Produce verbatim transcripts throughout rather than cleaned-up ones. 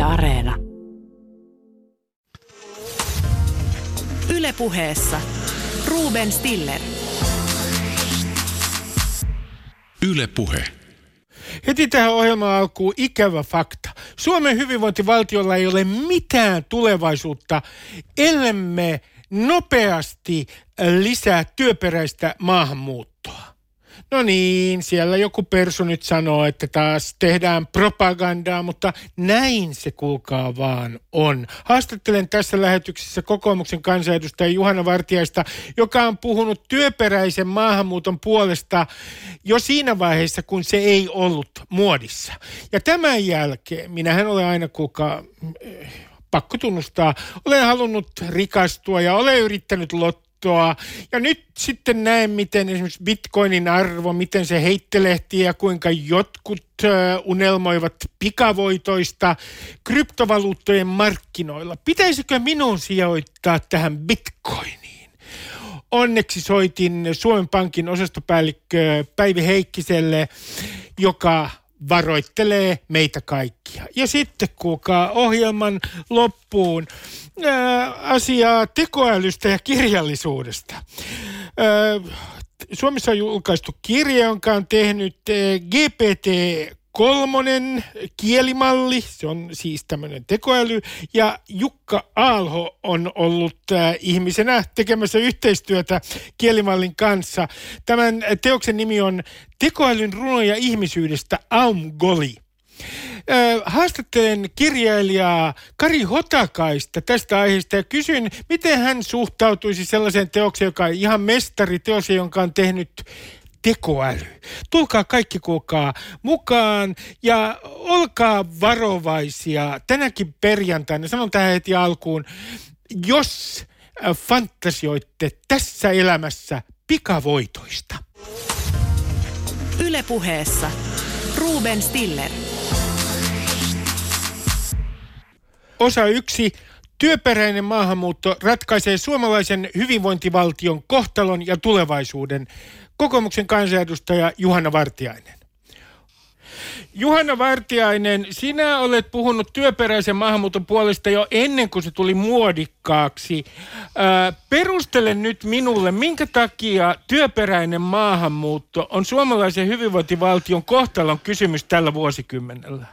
Yle Areena. Yle Puheessa Ruben Stiller. Yle Puhe. Heti tähän ohjelmaan alkuun ikävä fakta. Suomen hyvinvointivaltiolla ei ole mitään tulevaisuutta, ellemme nopeasti lisää työperäistä maahanmuuttoa. No niin, siellä joku persu nyt sanoo, että taas tehdään propagandaa, mutta näin se kuulkaa vaan on. Haastattelen tässä lähetyksessä kokoomuksen kansanedustaja Juhana Vartiaista, joka on puhunut työperäisen maahanmuuton puolesta jo siinä vaiheessa, kun se ei ollut muodissa. Ja tämän jälkeen, minähän olen aina kuulkaa, pakko tunnustaa, olen halunnut rikastua ja olen yrittänyt lottoa. Ja nyt sitten näen, miten esimerkiksi bitcoinin arvo, miten se heittelehtii ja kuinka jotkut unelmoivat pikavoitoista kryptovaluuttojen markkinoilla. Pitäisikö minun sijoittaa tähän bitcoiniin? Onneksi soitin Suomen Pankin osastopäällikkö Päivi Heikkiselle, joka varoittelee meitä kaikkia. Ja sitten kuulkaa ohjelman loppuun ää, asiaa tekoälystä ja kirjallisuudesta. Ää, Suomessa on julkaistu kirja, jonka on tehnyt G P T kolmonen kielimalli, se on siis tämmöinen tekoäly, ja Jukka Aalho on ollut äh, ihmisenä tekemässä yhteistyötä kielimallin kanssa. Tämän teoksen nimi on Tekoälyn runoja ihmisyydestä Aumgoli. Äh, haastattelen kirjailijaa Kari Hotakaista tästä aiheesta ja kysyn, miten hän suhtautuisi sellaiseen teokseen, joka on ihan mestariteos, jonka on tehnyt tekoäly. Tulkaa kaikki kuulkaa mukaan ja olkaa varovaisia tänäkin perjantaina. Sanon tähän heti alkuun, jos fantasioitte tässä elämässä pikavoitoista. Yle Puheessa Ruben Stiller. Osa yksi. Työperäinen maahanmuutto ratkaisee suomalaisen hyvinvointivaltion kohtalon ja tulevaisuuden. Kokoomuksen kansanedustaja Juhana Vartiainen. Juhana Vartiainen, sinä olet puhunut työperäisen maahanmuuton puolesta jo ennen kuin se tuli muodikkaaksi. Ää, perustele nyt minulle, minkä takia työperäinen maahanmuutto on suomalaisen hyvinvointivaltion kohtalon kysymys tällä vuosikymmenellä?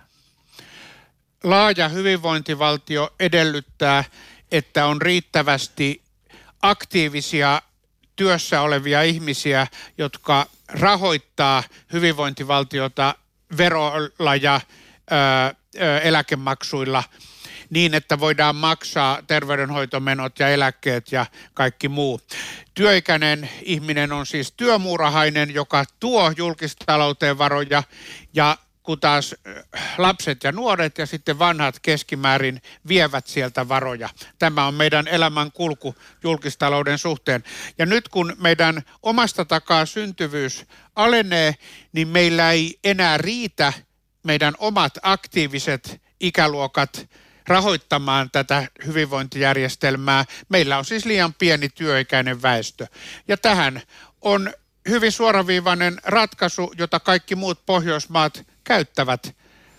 Laaja hyvinvointivaltio edellyttää, että on riittävästi aktiivisia työssä olevia ihmisiä, jotka rahoittaa hyvinvointivaltiota verolla ja ö, ö, eläkemaksuilla niin, että voidaan maksaa terveydenhoitomenot ja eläkkeet ja kaikki muu. Työikäinen ihminen on siis työmuurahainen, joka tuo julkistalouteen varoja, ja kun taas lapset ja nuoret ja sitten vanhat keskimäärin vievät sieltä varoja. Tämä on meidän elämän kulku julkistalouden suhteen. Ja nyt kun meidän omasta takaa syntyvyys alenee, niin meillä ei enää riitä meidän omat aktiiviset ikäluokat rahoittamaan tätä hyvinvointijärjestelmää. Meillä on siis liian pieni työikäinen väestö. Ja tähän on hyvin suoraviivainen ratkaisu, jota kaikki muut Pohjoismaat käyttävät: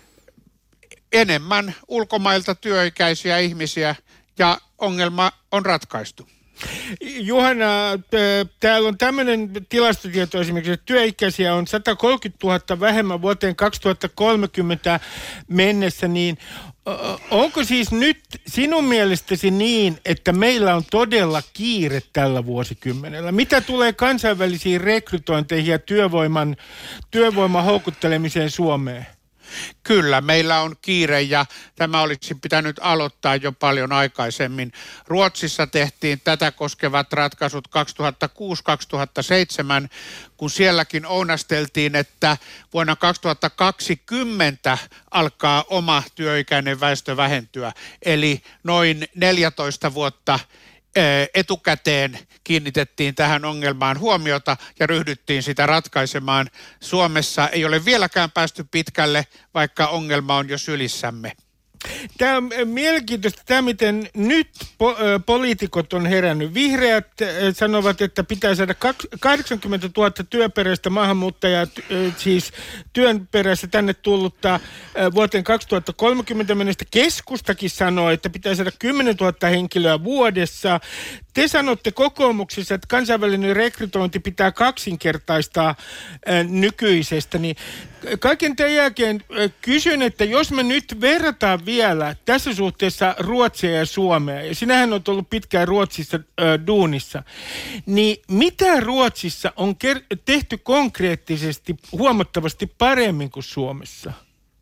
enemmän ulkomailta työikäisiä ihmisiä, ja ongelma on ratkaistu. Juhana, täällä on tämmöinen tilastotieto esimerkiksi, että työikäisiä on sata kolmekymmentätuhatta vähemmän vuoteen kaksituhattakolmekymmentä mennessä, niin onko siis nyt sinun mielestäsi niin, että meillä on todella kiire tällä vuosikymmenellä? Mitä tulee kansainvälisiin rekrytointeihin ja työvoiman, työvoiman houkuttelemiseen Suomeen? Kyllä, meillä on kiire, ja tämä olisi pitänyt aloittaa jo paljon aikaisemmin. Ruotsissa tehtiin tätä koskevat ratkaisut kaksituhattakuusi kaksituhattaseitsemän, kun sielläkin ounasteltiin, että vuonna kaksituhattakaksikymmentä alkaa oma työikäinen väestö vähentyä. Eli noin neljätoista vuotta etukäteen kiinnitettiin tähän ongelmaan huomiota ja ryhdyttiin sitä ratkaisemaan. Suomessa ei ole vieläkään päästy pitkälle, vaikka ongelma on jo sylissämme. Tämä on mielenkiintoista, tämä miten nyt po- poliitikot on herännyt. Vihreät sanovat, että pitää saada kahdeksankymmentätuhatta työperäistä maahanmuuttajaa, siis työn perässä tänne tullutta vuoteen kaksituhattakolmekymmentä mennessä. Keskustakin sanoo, että pitää saada kymmenentuhatta henkilöä vuodessa. Te sanotte kokoomuksessa, että kansainvälinen rekrytointi pitää kaksinkertaistaa nykyisestä, niin kaiken tämän jälkeen kysyn, että jos me nyt verrataan vielä tässä suhteessa Ruotsia ja Suomea, ja sinähän on ollut pitkään Ruotsissa äh, duunissa, niin mitä Ruotsissa on ker- tehty konkreettisesti huomattavasti paremmin kuin Suomessa?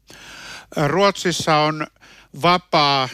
Ruotsissa on vapaa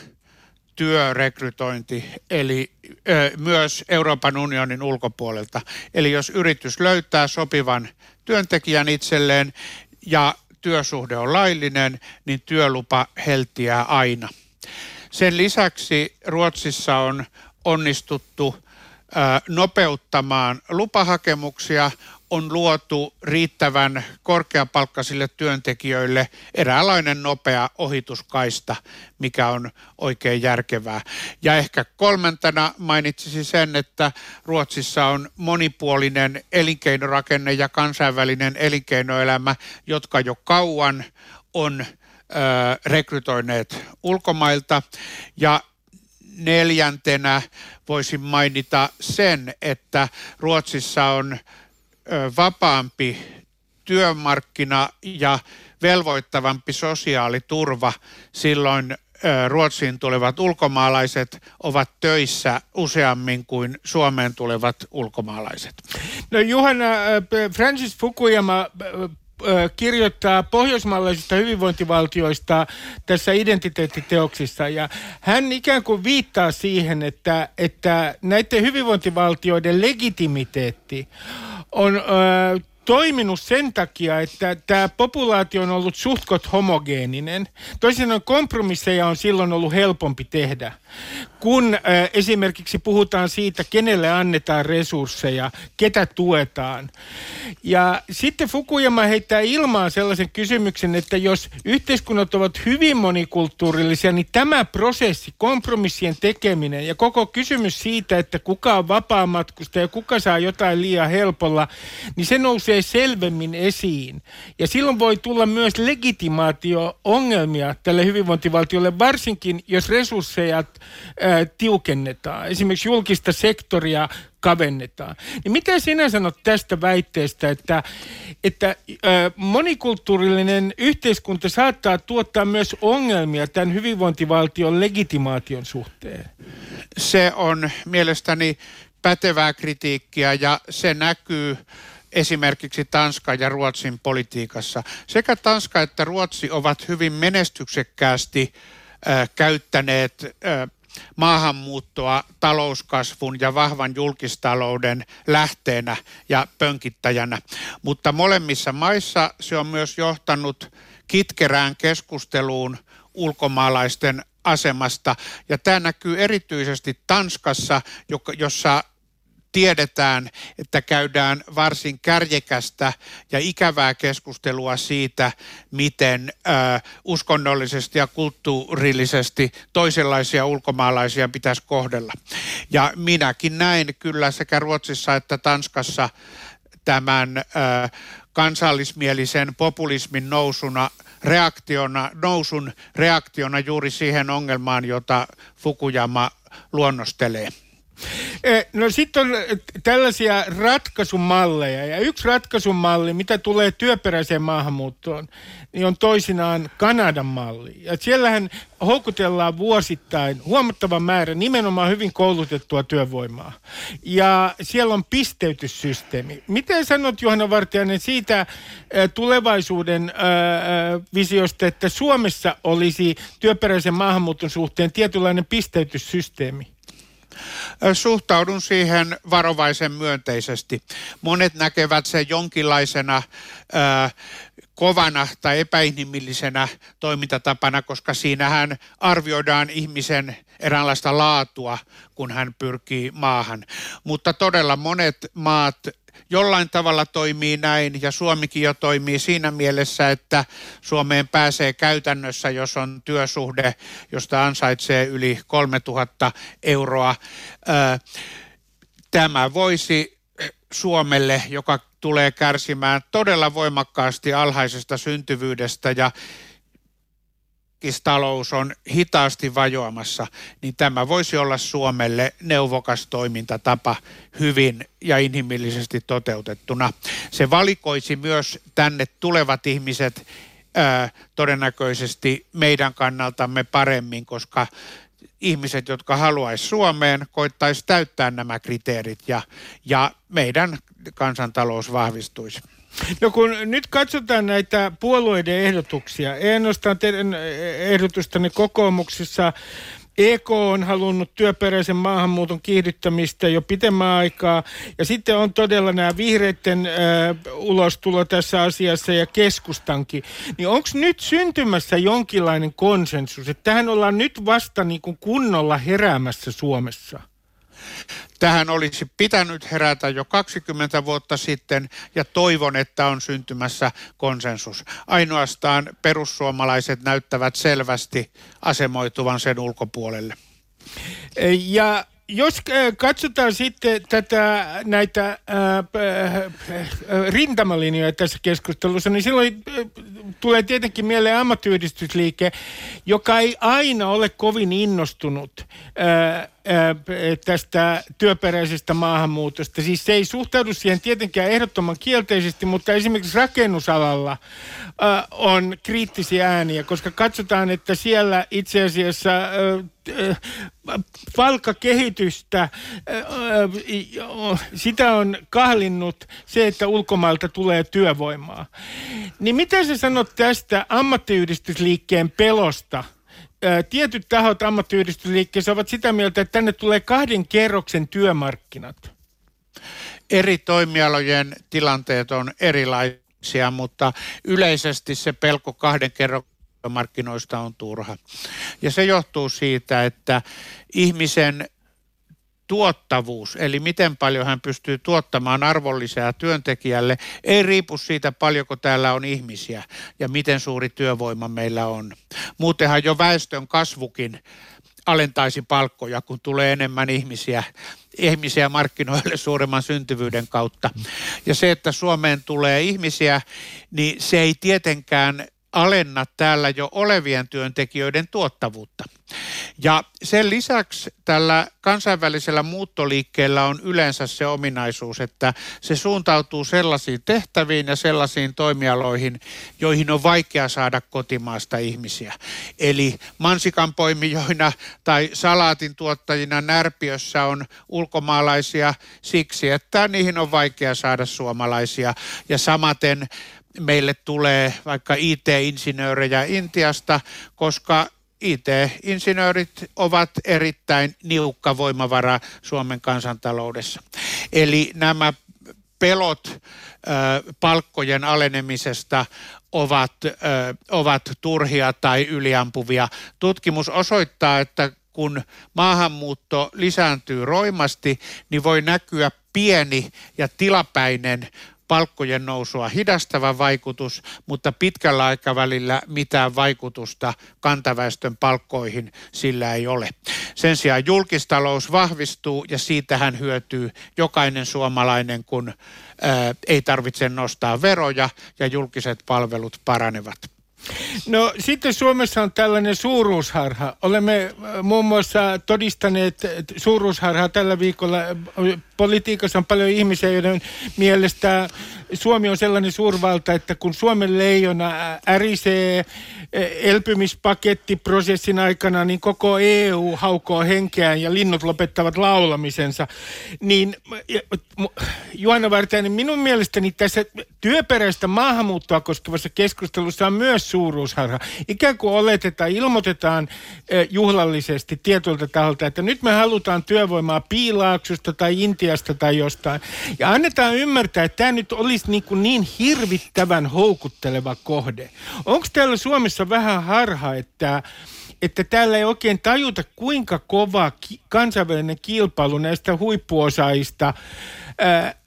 työrekrytointi, eli ö, myös Euroopan unionin ulkopuolelta. Eli jos yritys löytää sopivan työntekijän itselleen ja työsuhde on laillinen, niin työlupa heltiää aina. Sen lisäksi Ruotsissa on onnistuttu ö, nopeuttamaan lupahakemuksia, on luotu riittävän korkeapalkkaisille työntekijöille eräänlainen nopea ohituskaista, mikä on oikein järkevää. Ja ehkä kolmantena mainitsisin sen, että Ruotsissa on monipuolinen elinkeinorakenne ja kansainvälinen elinkeinoelämä, jotka jo kauan on ö, rekrytoineet ulkomailta. Ja neljäntenä voisin mainita sen, että Ruotsissa on vapaampi työmarkkina ja velvoittavampi sosiaaliturva. Silloin Ruotsiin tulevat ulkomaalaiset ovat töissä useammin kuin Suomeen tulevat ulkomaalaiset. No Juhana, Francis Fukuyama kirjoittaa pohjoismaalaisista hyvinvointivaltioista tässä identiteettiteoksissa, ja hän ikään kuin viittaa siihen, että, että näiden hyvinvointivaltioiden legitimiteetti on ö, toiminut sen takia, että tämä populaatio on ollut suhtkot homogeeninen. Toisin sanoen kompromisseja on silloin ollut helpompi tehdä, kun ö, esimerkiksi puhutaan siitä, kenelle annetaan resursseja, ketä tuetaan. Ja sitten Fukuyama heittää ilmaan sellaisen kysymyksen, että jos yhteiskunnat ovat hyvin monikulttuurillisia, niin tämä prosessi, kompromissien tekeminen ja koko kysymys siitä, että kuka on vapaamatkustaja ja kuka saa jotain liian helpolla, niin se nousee selvemmin esiin. Ja silloin voi tulla myös legitimaatio-ongelmia tälle hyvinvointivaltiolle, varsinkin jos resursseja ää, tiukennetaan. Esimerkiksi julkista sektoria kavennetaan. Niin mitä sinä sanot tästä väitteestä, että, että ää, monikulttuurillinen yhteiskunta saattaa tuottaa myös ongelmia tämän hyvinvointivaltion legitimaation suhteen? Se on mielestäni pätevää kritiikkiä ja se näkyy esimerkiksi Tanskan ja Ruotsin politiikassa. Sekä Tanska että Ruotsi ovat hyvin menestyksekkäästi äh, käyttäneet äh, maahanmuuttoa talouskasvun ja vahvan julkistalouden lähteenä ja pönkittäjänä. Mutta molemmissa maissa se on myös johtanut kitkerään keskusteluun ulkomaalaisten asemasta. Ja tämä näkyy erityisesti Tanskassa, jossa tiedetään, että käydään varsin kärjekästä ja ikävää keskustelua siitä, miten äh, uskonnollisesti ja kulttuurillisesti toisenlaisia ulkomaalaisia pitäisi kohdella. Ja minäkin näin kyllä sekä Ruotsissa että Tanskassa tämän äh, kansallismielisen populismin nousuna, reaktiona, nousun reaktiona juuri siihen ongelmaan, jota Fukuyama luonnostelee. No sitten on tällaisia ratkaisumalleja, ja yksi ratkaisumalli, mitä tulee työperäiseen maahanmuuttoon, niin on toisinaan Kanadan malli. Ja siellähän houkutellaan vuosittain huomattava määrä nimenomaan hyvin koulutettua työvoimaa. Ja siellä on pisteytyssysteemi. Miten sanot, Juhana Vartiainen, siitä tulevaisuuden visiosta, että Suomessa olisi työperäisen maahanmuuton suhteen tietynlainen pisteytyssysteemi? Suhtaudun siihen varovaisen myönteisesti. Monet näkevät sen jonkinlaisena ää, kovana tai epäinhimillisenä toimintatapana, koska siinähän arvioidaan ihmisen eräänlaista laatua, kun hän pyrkii maahan. Mutta todella monet maat jollain tavalla toimii näin ja Suomikin jo toimii siinä mielessä, että Suomeen pääsee käytännössä, jos on työsuhde, josta ansaitsee yli kolmetuhatta euroa. Tämä voisi Suomelle, joka tulee kärsimään todella voimakkaasti alhaisesta syntyvyydestä ja talous on hitaasti vajoamassa, niin tämä voisi olla Suomelle neuvokas toimintatapa hyvin ja inhimillisesti toteutettuna. Se valikoisi myös tänne tulevat ihmiset ää, todennäköisesti meidän kannaltamme paremmin, koska ihmiset, jotka haluaisi Suomeen, koittaisi täyttää nämä kriteerit ja, ja meidän kansantalous vahvistuisi. No kun nyt katsotaan näitä puolueiden ehdotuksia, ei ainoastaan teidän ehdotustanne kokoomuksessa, E K on halunnut työperäisen maahanmuuton kiihdyttämistä jo pitemmän aikaa, ja sitten on todella nämä vihreiden äh, ulostulo tässä asiassa ja keskustankin. Niin onko nyt syntymässä jonkinlainen konsensus, että tähän ollaan nyt vasta niin kuin kunnolla heräämässä Suomessa? Tähän olisi pitänyt herätä jo kaksikymmentä vuotta sitten ja toivon, että on syntymässä konsensus. Ainoastaan perussuomalaiset näyttävät selvästi asemoituvan sen ulkopuolelle. Ja jos katsotaan sitten tätä, näitä ää, rintamalinjoja tässä keskustelussa, niin silloin tulee tietenkin mieleen ammattiyhdistysliike, joka ei aina ole kovin innostunut ää, ää, tästä työperäisestä maahanmuutosta. Siis se ei suhtaudu siihen tietenkään ehdottoman kielteisesti, mutta esimerkiksi rakennusalalla ää, on kriittisiä ääniä, koska katsotaan, että siellä itse asiassa ää, palkkakehitystä, sitä on kahlinnut se, että ulkomailta tulee työvoimaa. Niin mitä sä sanot tästä ammattiyhdistysliikkeen pelosta? Tietyt tahot ammattiyhdistysliikkeessä ovat sitä mieltä, että tänne tulee kahden kerroksen työmarkkinat. Eri toimialojen tilanteet on erilaisia, mutta yleisesti se pelko kahden kerroksen markkinoista on turha. Ja se johtuu siitä, että ihmisen tuottavuus, eli miten paljon hän pystyy tuottamaan arvonlisää työntekijälle, ei riipu siitä paljonko täällä on ihmisiä ja miten suuri työvoima meillä on. Muutenhan jo väestön kasvukin alentaisi palkkoja, kun tulee enemmän ihmisiä, ihmisiä markkinoille suuremman syntyvyyden kautta. Ja se, että Suomeen tulee ihmisiä, niin se ei tietenkään alenna täällä jo olevien työntekijöiden tuottavuutta. Ja sen lisäksi tällä kansainvälisellä muuttoliikkeellä on yleensä se ominaisuus, että se suuntautuu sellaisiin tehtäviin ja sellaisiin toimialoihin, joihin on vaikea saada kotimaasta ihmisiä. Eli mansikanpoimijoina tai salaatin tuottajina Närpiössä on ulkomaalaisia siksi, että niihin on vaikea saada suomalaisia. Ja samaten meille tulee vaikka I T-insinöörejä Intiasta, koska I T-insinöörit ovat erittäin niukka voimavara Suomen kansantaloudessa. Eli nämä pelot ö, palkkojen alenemisesta ovat, ö, ovat turhia tai yliampuvia. Tutkimus osoittaa, että kun maahanmuutto lisääntyy roimasti, niin voi näkyä pieni ja tilapäinen palkkojen nousua hidastava vaikutus, mutta pitkällä aikavälillä mitään vaikutusta kantaväestön palkkoihin sillä ei ole. Sen sijaan julkistalous vahvistuu ja siitähän hyötyy jokainen suomalainen, kun ää, ei tarvitse nostaa veroja ja julkiset palvelut paranevat. No sitten Suomessa on tällainen suuruusharha. Olemme muun muassa todistaneet suuruusharhaa tällä viikolla. Politiikassa on paljon ihmisiä, joiden mielestä Suomi on sellainen suurvalta, että kun Suomen leijona ärisee elpymispakettiprosessin aikana, niin koko E U haukoo henkeään ja linnut lopettavat laulamisensa. Niin Juhana Vartiainen, minun mielestäni tässä työperäistä maahanmuuttoa koskevassa keskustelussa on myös suuruusharha. Ikään kuin oletetaan, ilmoitetaan juhlallisesti tietyltä taholta, että nyt me halutaan työvoimaa Piilaaksosta tai Intiasta tai jostain. Ja annetaan ymmärtää, että tämä nyt olisi niin, kuin niin hirvittävän houkutteleva kohde. Onko täällä Suomessa vähän harha, että, että täällä ei oikein tajuta, kuinka kova ki- kansainvälinen kilpailu näistä huippuosaajista ää,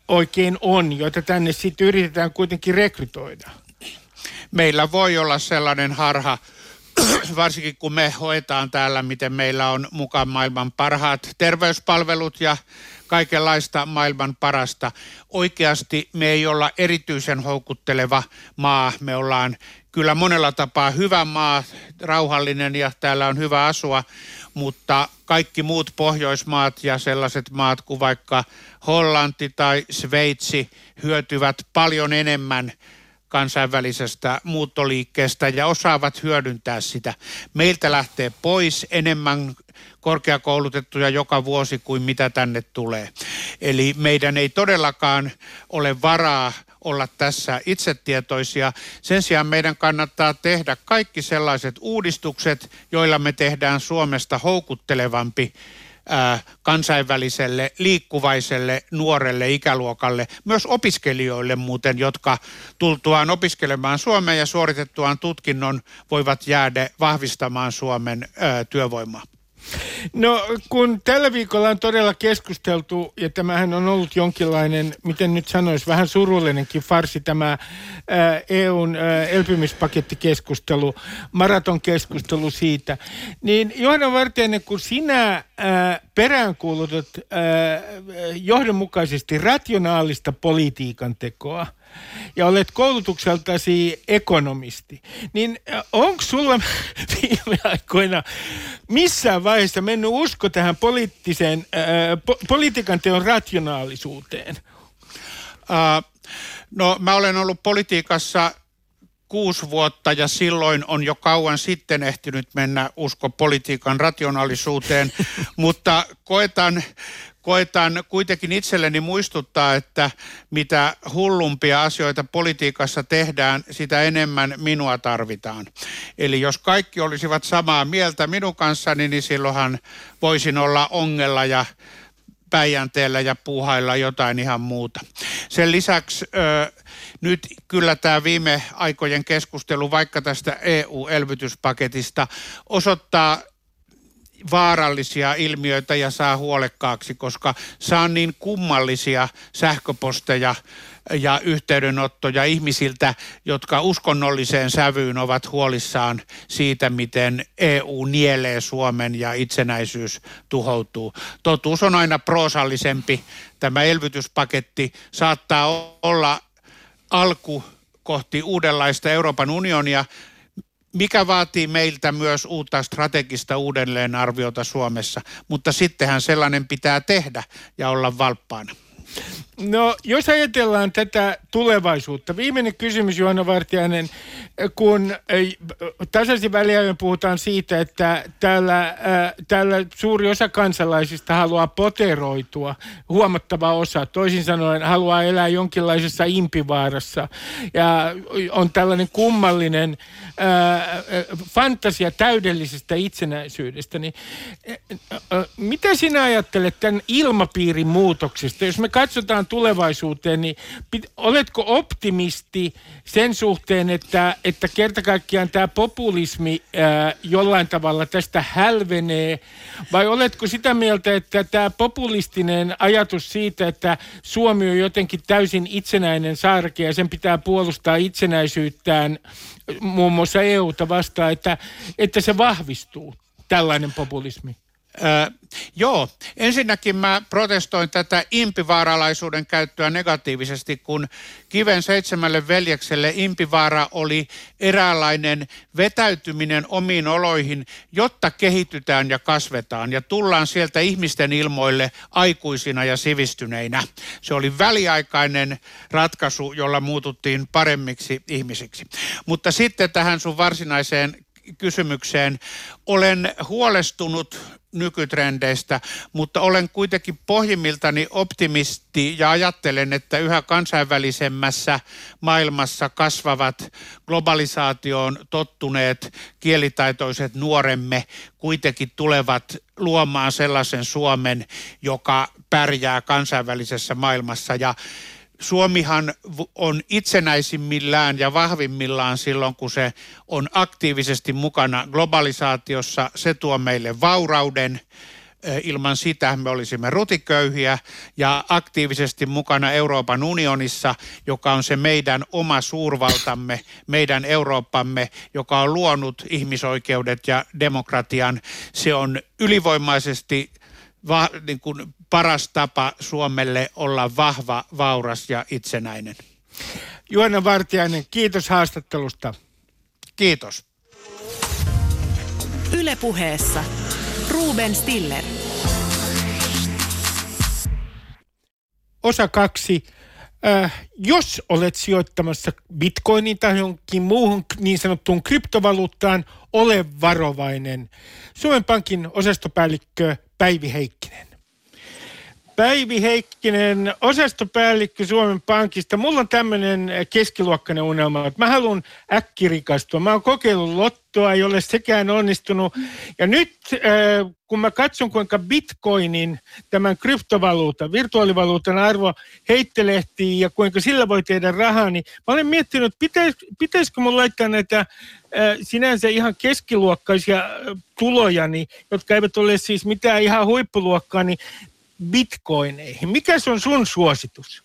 oikein on, joita tänne sitten yritetään kuitenkin rekrytoida? Meillä voi olla sellainen harha, varsinkin kun me hoetaan täällä, miten meillä on mukaan maailman parhaat terveyspalvelut ja kaikenlaista maailman parasta. Oikeasti me ei olla erityisen houkutteleva maa. Me ollaan kyllä monella tapaa hyvä maa, rauhallinen ja täällä on hyvä asua, mutta kaikki muut Pohjoismaat ja sellaiset maat kuin vaikka Hollanti tai Sveitsi hyötyvät paljon enemmän kansainvälisestä muuttoliikkeestä ja osaavat hyödyntää sitä. Meiltä lähtee pois enemmän korkeakoulutettuja joka vuosi kuin mitä tänne tulee. Eli meidän ei todellakaan ole varaa olla tässä itsetietoisia. Sen sijaan meidän kannattaa tehdä kaikki sellaiset uudistukset, joilla me tehdään Suomesta houkuttelevampi kansainväliselle liikkuvaiselle nuorelle ikäluokalle, myös opiskelijoille muuten, jotka tultuaan opiskelemaan Suomeen ja suoritettuaan tutkinnon voivat jäädä vahvistamaan Suomen ää, työvoimaa. No kun tällä viikolla on todella keskusteltu, ja tämähän on ollut jonkinlainen, miten nyt sanoisi, vähän surullinenkin farsi tämä ää, E U:n ää, elpymispakettikeskustelu, maratonkeskustelu siitä, niin Johanna Vartiainen, kun sinä ää, peräänkuulutat ää, johdonmukaisesti rationaalista politiikan tekoa, ja olet koulutukseltasi ekonomisti, niin onko sulla viime aikoina missään vaiheessa mennyt usko tähän poliittiseen, ää, po- politiikan teon rationaalisuuteen? Uh, no mä olen ollut politiikassa kuusi vuotta ja silloin on jo kauan sitten ehtinyt mennä usko politiikan rationaalisuuteen, mutta koetan... Koetan kuitenkin itselleni muistuttaa, että mitä hullumpia asioita politiikassa tehdään, sitä enemmän minua tarvitaan. Eli jos kaikki olisivat samaa mieltä minun kanssani, niin silloinhan voisin olla ongella ja Päijänteellä ja puuhailla jotain ihan muuta. Sen lisäksi ö, nyt kyllä tämä viime aikojen keskustelu vaikka tästä E U-elvytyspaketista osoittaa vaarallisia ilmiöitä ja saa huolekkaaksi, koska saa niin kummallisia sähköposteja ja yhteydenottoja ihmisiltä, jotka uskonnolliseen sävyyn ovat huolissaan siitä, miten E U nielee Suomen ja itsenäisyys tuhoutuu. Totuus on aina proosallisempi. Tämä elvytyspaketti saattaa olla alku kohti uudenlaista Euroopan unionia, mikä vaatii meiltä myös uutta strategista uudelleenarviota Suomessa, mutta sittenhän sellainen pitää tehdä ja olla valppaana. No, jos ajatellaan tätä tulevaisuutta. Viimeinen kysymys, Johanna Vartiainen, kun tasaisin väliajoin puhutaan siitä, että täällä, äh, täällä suuri osa kansalaisista haluaa poteroitua, huomattava osa, toisin sanoen haluaa elää jonkinlaisessa impivaarassa ja on tällainen kummallinen äh, fantasia täydellisestä itsenäisyydestä, niin äh, äh, mitä sinä ajattelet tämän ilmapiirin muutoksesta? Jos me katsotaan tulevaisuuteen, niin pit, oletko optimisti sen suhteen, että, että kerta kaikkiaan tämä populismi ää, jollain tavalla tästä hälvenee, vai oletko sitä mieltä, että tämä populistinen ajatus siitä, että Suomi on jotenkin täysin itsenäinen saareke ja sen pitää puolustaa itsenäisyyttään muun muassa E U:ta vastaan, että, että se vahvistuu, tällainen populismi? Öö, joo, ensinnäkin mä protestoin tätä impivaaralaisuuden käyttöä negatiivisesti, kun Kiven seitsemälle veljekselle impivaara oli eräänlainen vetäytyminen omiin oloihin, jotta kehitytään ja kasvetaan ja tullaan sieltä ihmisten ilmoille aikuisina ja sivistyneinä. Se oli väliaikainen ratkaisu, jolla muututtiin paremmiksi ihmisiksi. Mutta sitten tähän sun varsinaiseen kysymykseen. Olen huolestunut nykytrendeistä, mutta olen kuitenkin pohjimmiltani optimisti ja ajattelen, että yhä kansainvälisemmässä maailmassa kasvavat globalisaatioon tottuneet kielitaitoiset nuoremme kuitenkin tulevat luomaan sellaisen Suomen, joka pärjää kansainvälisessä maailmassa ja Suomihan on itsenäisimmillään ja vahvimmillaan silloin, kun se on aktiivisesti mukana globalisaatiossa. Se tuo meille vaurauden, Ilman sitä me olisimme rutiköyhiä ja aktiivisesti mukana Euroopan unionissa, joka on se meidän oma suurvaltamme, meidän Eurooppamme, joka on luonut ihmisoikeudet ja demokratian. Se on ylivoimaisesti va, niin kuin paras tapa Suomelle olla vahva, vauras ja itsenäinen. Juhana Vartiainen, kiitos haastattelusta. Kiitos. Yle Puheessa Ruben Stiller. Osa kaksi. Äh, jos olet sijoittamassa bitcoiniin tai jonkin muuhun niin sanottuun kryptovaluuttaan, ole varovainen. Suomen Pankin osastopäällikkö Päivi Heikkinen. Päivi Heikkinen, osastopäällikkö Suomen Pankista. Mulla on tämmöinen keskiluokkainen unelma, että mä haluan äkkirikastua. Mä oon kokeillut lottoa, ei ole sekään onnistunut. Ja nyt äh, kun mä katson, kuinka bitcoinin, tämän kryptovaluutan, virtuaalivaluutan arvo heittelehtii ja kuinka sillä voi tehdä rahaa, niin mä olen miettinyt, että pitäis, pitäisikö mun laittaa näitä äh, sinänsä ihan keskiluokkaisia tuloja, niin, jotka eivät ole siis mitään ihan huippuluokkaa, niin bitcoineihin. Mikä se on sun suositus?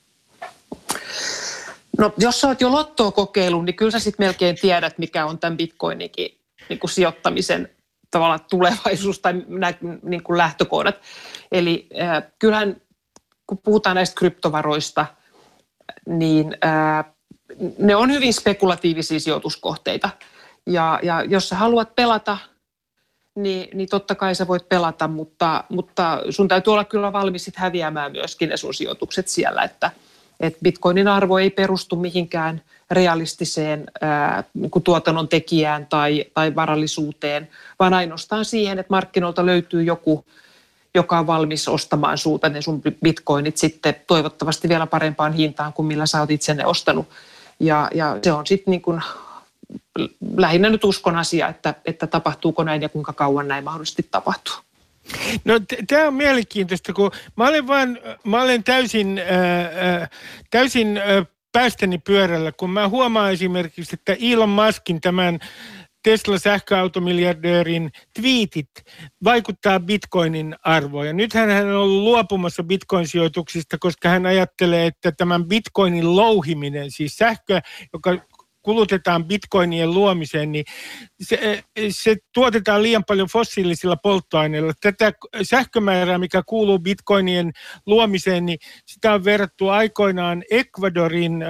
No jos sä oot jo lottoa kokeillut, niin kyllä sä sitten melkein tiedät, mikä on tämän bitcoinikin niin kuin sijoittamisen tavallaan tulevaisuus tai nä, niin kuin lähtökohdat. Eli äh, kyllähän kun puhutaan näistä kryptovaroista, niin äh, ne on hyvin spekulatiivisia sijoituskohteita. Ja, ja jos sä haluat pelata, Niin, niin totta kai sä voit pelata, mutta, mutta sun täytyy olla kyllä valmis sit häviämään myöskin ne sun sijoitukset siellä, että, että bitcoinin arvo ei perustu mihinkään realistiseen ää, niin kuin tuotannon tekijään tai, tai varallisuuteen, vaan ainoastaan siihen, että markkinoilta löytyy joku, joka on valmis ostamaan sulta ne sun bitcoinit sitten toivottavasti vielä parempaan hintaan kuin millä sä oot itse ne ostanut. Ja, ja se on sitten niin kuin lähinnä nyt uskon asia, että, että tapahtuuko näin ja kuinka kauan näin mahdollisesti tapahtuu. No t- tämä on mielenkiintoista, kun mä olen, vaan, mä olen täysin, äh, täysin äh, päästäni pyörällä, kun mä huomaan esimerkiksi, että Elon Muskin tämän Tesla-sähköautomiljardöörin twiitit vaikuttaa bitcoinin arvoon. Ja nythän hän on ollut luopumassa bitcoin-sijoituksista, koska hän ajattelee, että tämän bitcoinin louhiminen, siis sähkö, joka kulutetaan bitcoinien luomiseen, niin se, se tuotetaan liian paljon fossiilisilla polttoaineilla. Tätä sähkömäärää, mikä kuuluu bitcoinien luomiseen, niin sitä on verrattu aikoinaan Ecuadorin äh,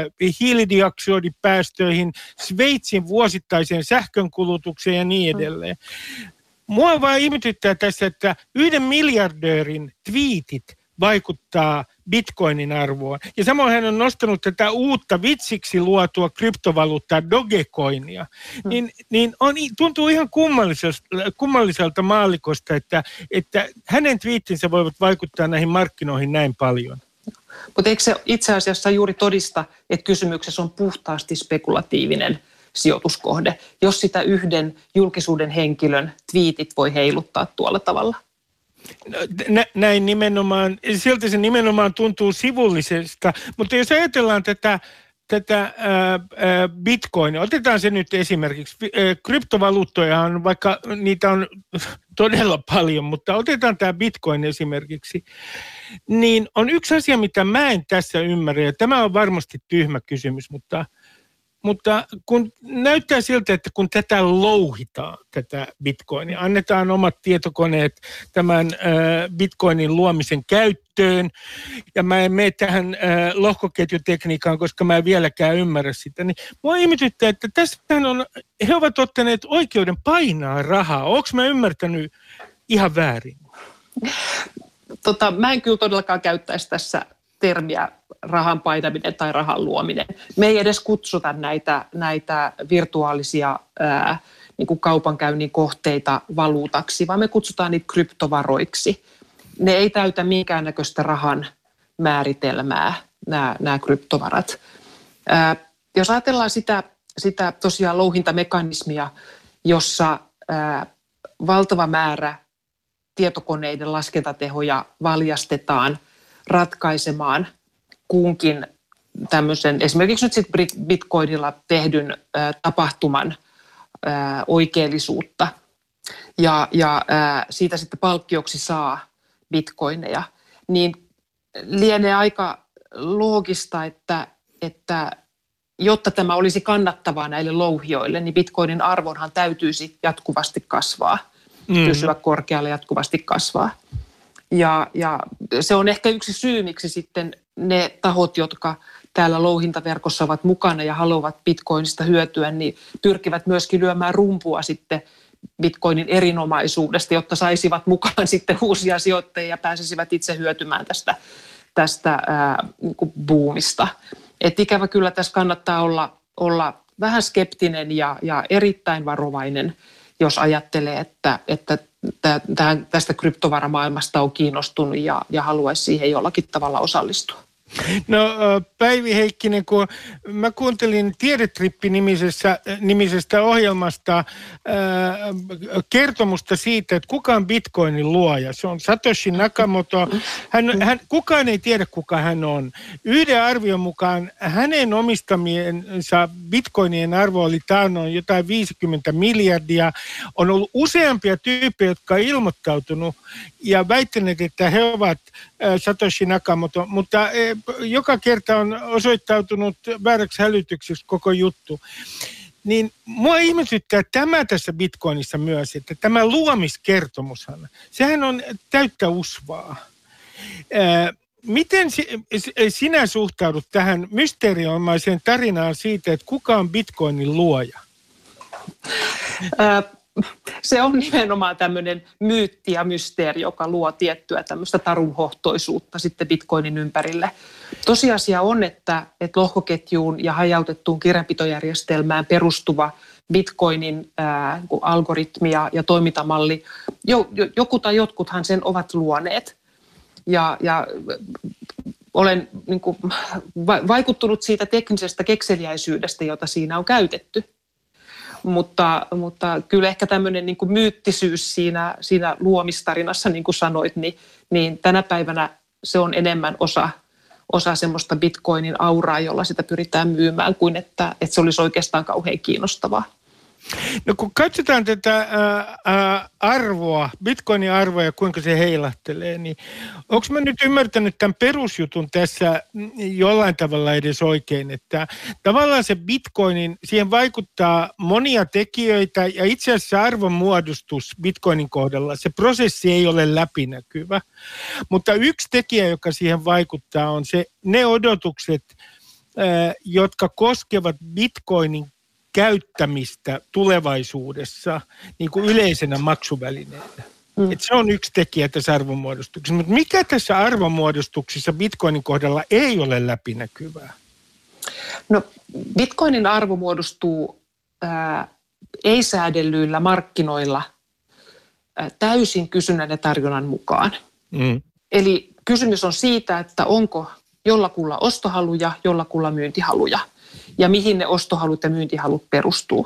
hiilidioksidipäästöihin, Sveitsin vuosittaiseen sähkönkulutukseen ja niin edelleen. Mua vaan ihmetyttää tässä, että yhden miljardöörin twiitit vaikuttaa bitcoinin arvoon. Ja samoin hän on nostanut tätä uutta vitsiksi luotua kryptovaluuttaa Dogecoinia. Hmm. Niin, niin on, tuntuu ihan kummalliselta, kummalliselta maallikosta, että, että hänen twiittinsä voivat vaikuttaa näihin markkinoihin näin paljon. Mutta eikö se itse asiassa juuri todista, että kysymyksessä on puhtaasti spekulatiivinen sijoituskohde, jos sitä yhden julkisuuden henkilön twiitit voi heiluttaa tuolla tavalla? Nä, näin nimenomaan, siltä se nimenomaan tuntuu sivullisesta, mutta jos ajatellaan tätä, tätä ää, ää, bitcoinia, otetaan se nyt esimerkiksi, ää, kryptovaluuttoja on, vaikka niitä on todella paljon, mutta otetaan tämä bitcoin esimerkiksi, niin on yksi asia, mitä mä en tässä ymmärrä, ja tämä on varmasti tyhmä kysymys, mutta Mutta kun näyttää siltä, että kun tätä louhitaan, tätä bitcoinia, annetaan omat tietokoneet tämän äh, bitcoinin luomisen käyttöön, ja mä en mene tähän äh, lohkoketjutekniikkaan, koska mä en vieläkään ymmärrä sitä, niin mua ihmetyttää, että tässähän on, he ovat ottaneet oikeuden painaa rahaa. Oonko mä ymmärtänyt ihan väärin? Tota, mä en kyllä todellakaan käyttäisi tässä termiä rahan painaminen tai rahan luominen. Me ei edes kutsuta näitä, näitä virtuaalisia ää, niin kuin kaupankäynnin kohteita valuutaksi, vaan me kutsutaan niitä kryptovaroiksi. Ne ei täytä minkäännäköistä rahan määritelmää, nämä, nämä kryptovarat. Ää, jos ajatellaan sitä, sitä tosiaan louhintamekanismia, jossa ää, valtava määrä tietokoneiden laskentatehoja valjastetaan ratkaisemaan kunkin tämmöisen, esimerkiksi nyt sitten bitcoinilla tehdyn ä, tapahtuman ä, oikeellisuutta, ja, ja ää, siitä sitten palkkioksi saa bitcoineja, niin lienee aika loogista, että, että jotta tämä olisi kannattavaa näille louhijoille, niin bitcoinin arvonhan täytyisi jatkuvasti kasvaa, mm. pysyä korkealle jatkuvasti kasvaa. Ja, ja se on ehkä yksi syy, miksi sitten ne tahot, jotka täällä louhintaverkossa ovat mukana ja haluavat bitcoinista hyötyä, niin pyrkivät myöskin lyömään rumpua sitten bitcoinin erinomaisuudesta, jotta saisivat mukaan sitten uusia sijoittajia ja pääsisivät itse hyötymään tästä, tästä ää, niin kuin buumista. Et ikävä kyllä tässä kannattaa olla, olla vähän skeptinen ja, ja erittäin varovainen, jos ajattelee, että, että tästä kryptovaramaailmasta on kiinnostunut ja, ja haluaisi siihen jollakin tavalla osallistua. No Päivi Heikkinen, kun mä kuuntelin Tiedetrippi-nimisestä nimisestä ohjelmasta ää, kertomusta siitä, että kuka on bitcoinin luoja. Se on Satoshi Nakamoto. Hän, hän, kukaan ei tiedä, kuka hän on. Yhden arvion mukaan hänen omistamiensa bitcoinien arvo oli taannoin jotain viisikymmentä miljardia. On ollut useampia tyyppejä, jotka on ilmoittautunut ja väittäneet, että he ovat Satoshi Nakamoto, mutta joka kerta on osoittautunut vääräksi hälytykseksi koko juttu. Niin mua ihmetyttää tämä tässä bitcoinissa myös, että tämä luomiskertomushan, sehän on täyttä usvaa. Miten sinä suhtaudut tähän mysteeriomaiseen tarinaan siitä, että kuka on bitcoinin luoja? Äh. Se on nimenomaan tämmöinen myytti ja mysteeri, joka luo tiettyä tämmöistä tarunhohtoisuutta sitten bitcoinin ympärille. Tosiasia on, että, että lohkoketjuun ja hajautettuun kirjanpitojärjestelmään perustuva bitcoinin ää, algoritmi ja, ja toimintamalli, jo, jo, joku tai jotkuthan sen ovat luoneet. Ja, ja olen niin kuin, vaikuttunut siitä teknisestä kekseliäisyydestä, jota siinä on käytetty. Mutta, mutta kyllä ehkä tämmöinen niin kuin myyttisyys siinä, siinä luomistarinassa, niin kuin sanoit, niin, niin tänä päivänä se on enemmän osa, osa semmoista bitcoinin auraa, jolla sitä pyritään myymään, kuin että, että se olisi oikeastaan kauhean kiinnostavaa. No kun katsotaan tätä ää, ää, arvoa, bitcoinin arvoa ja kuinka se heilahtelee, niin onko mä nyt ymmärtänyt tämän perusjutun tässä jollain tavalla edes oikein, että tavallaan se bitcoinin, siihen vaikuttaa monia tekijöitä ja itse asiassa arvonmuodostus bitcoinin kohdalla, se prosessi ei ole läpinäkyvä, mutta yksi tekijä, joka siihen vaikuttaa on se, ne odotukset, ää, jotka koskevat bitcoinin käyttämistä tulevaisuudessa niin kuin yleisenä maksuvälineenä. Mm. Et se on yksi tekijä tässä arvonmuodostuksessa. Mutta mikä tässä arvonmuodostuksessa bitcoinin kohdalla ei ole läpinäkyvää? No bitcoinin arvo muodostuu ää, ei-säädellyillä markkinoilla ää, täysin kysynnän ja tarjonnan mukaan. Mm. Eli kysymys on siitä, että onko jollakulla ostohaluja, jollakulla myyntihaluja. Ja mihin ne ostohalut ja myyntihalut perustuu.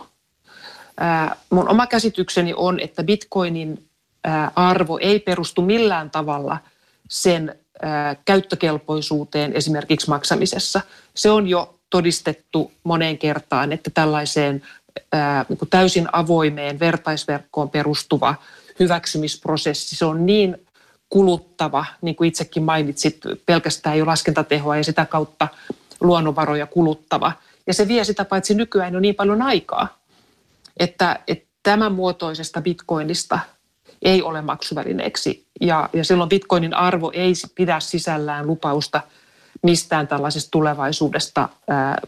Ää, mun oma käsitykseni on, että bitcoinin ää, arvo ei perustu millään tavalla sen ää, käyttökelpoisuuteen esimerkiksi maksamisessa. Se on jo todistettu moneen kertaan, että tällaiseen ää, niin kuin täysin avoimeen vertaisverkkoon perustuva hyväksymisprosessi, se on niin kuluttava, niin kuin itsekin mainitsit, pelkästään jo laskentatehoa ja sitä kautta luonnonvaroja kuluttava. Ja se vie sitä paitsi nykyään jo niin paljon aikaa, että, että tämän muotoisesta bitcoinista ei ole maksuvälineeksi. Ja, ja silloin bitcoinin arvo ei pidä sisällään lupausta mistään tällaisesta tulevaisuudesta ää,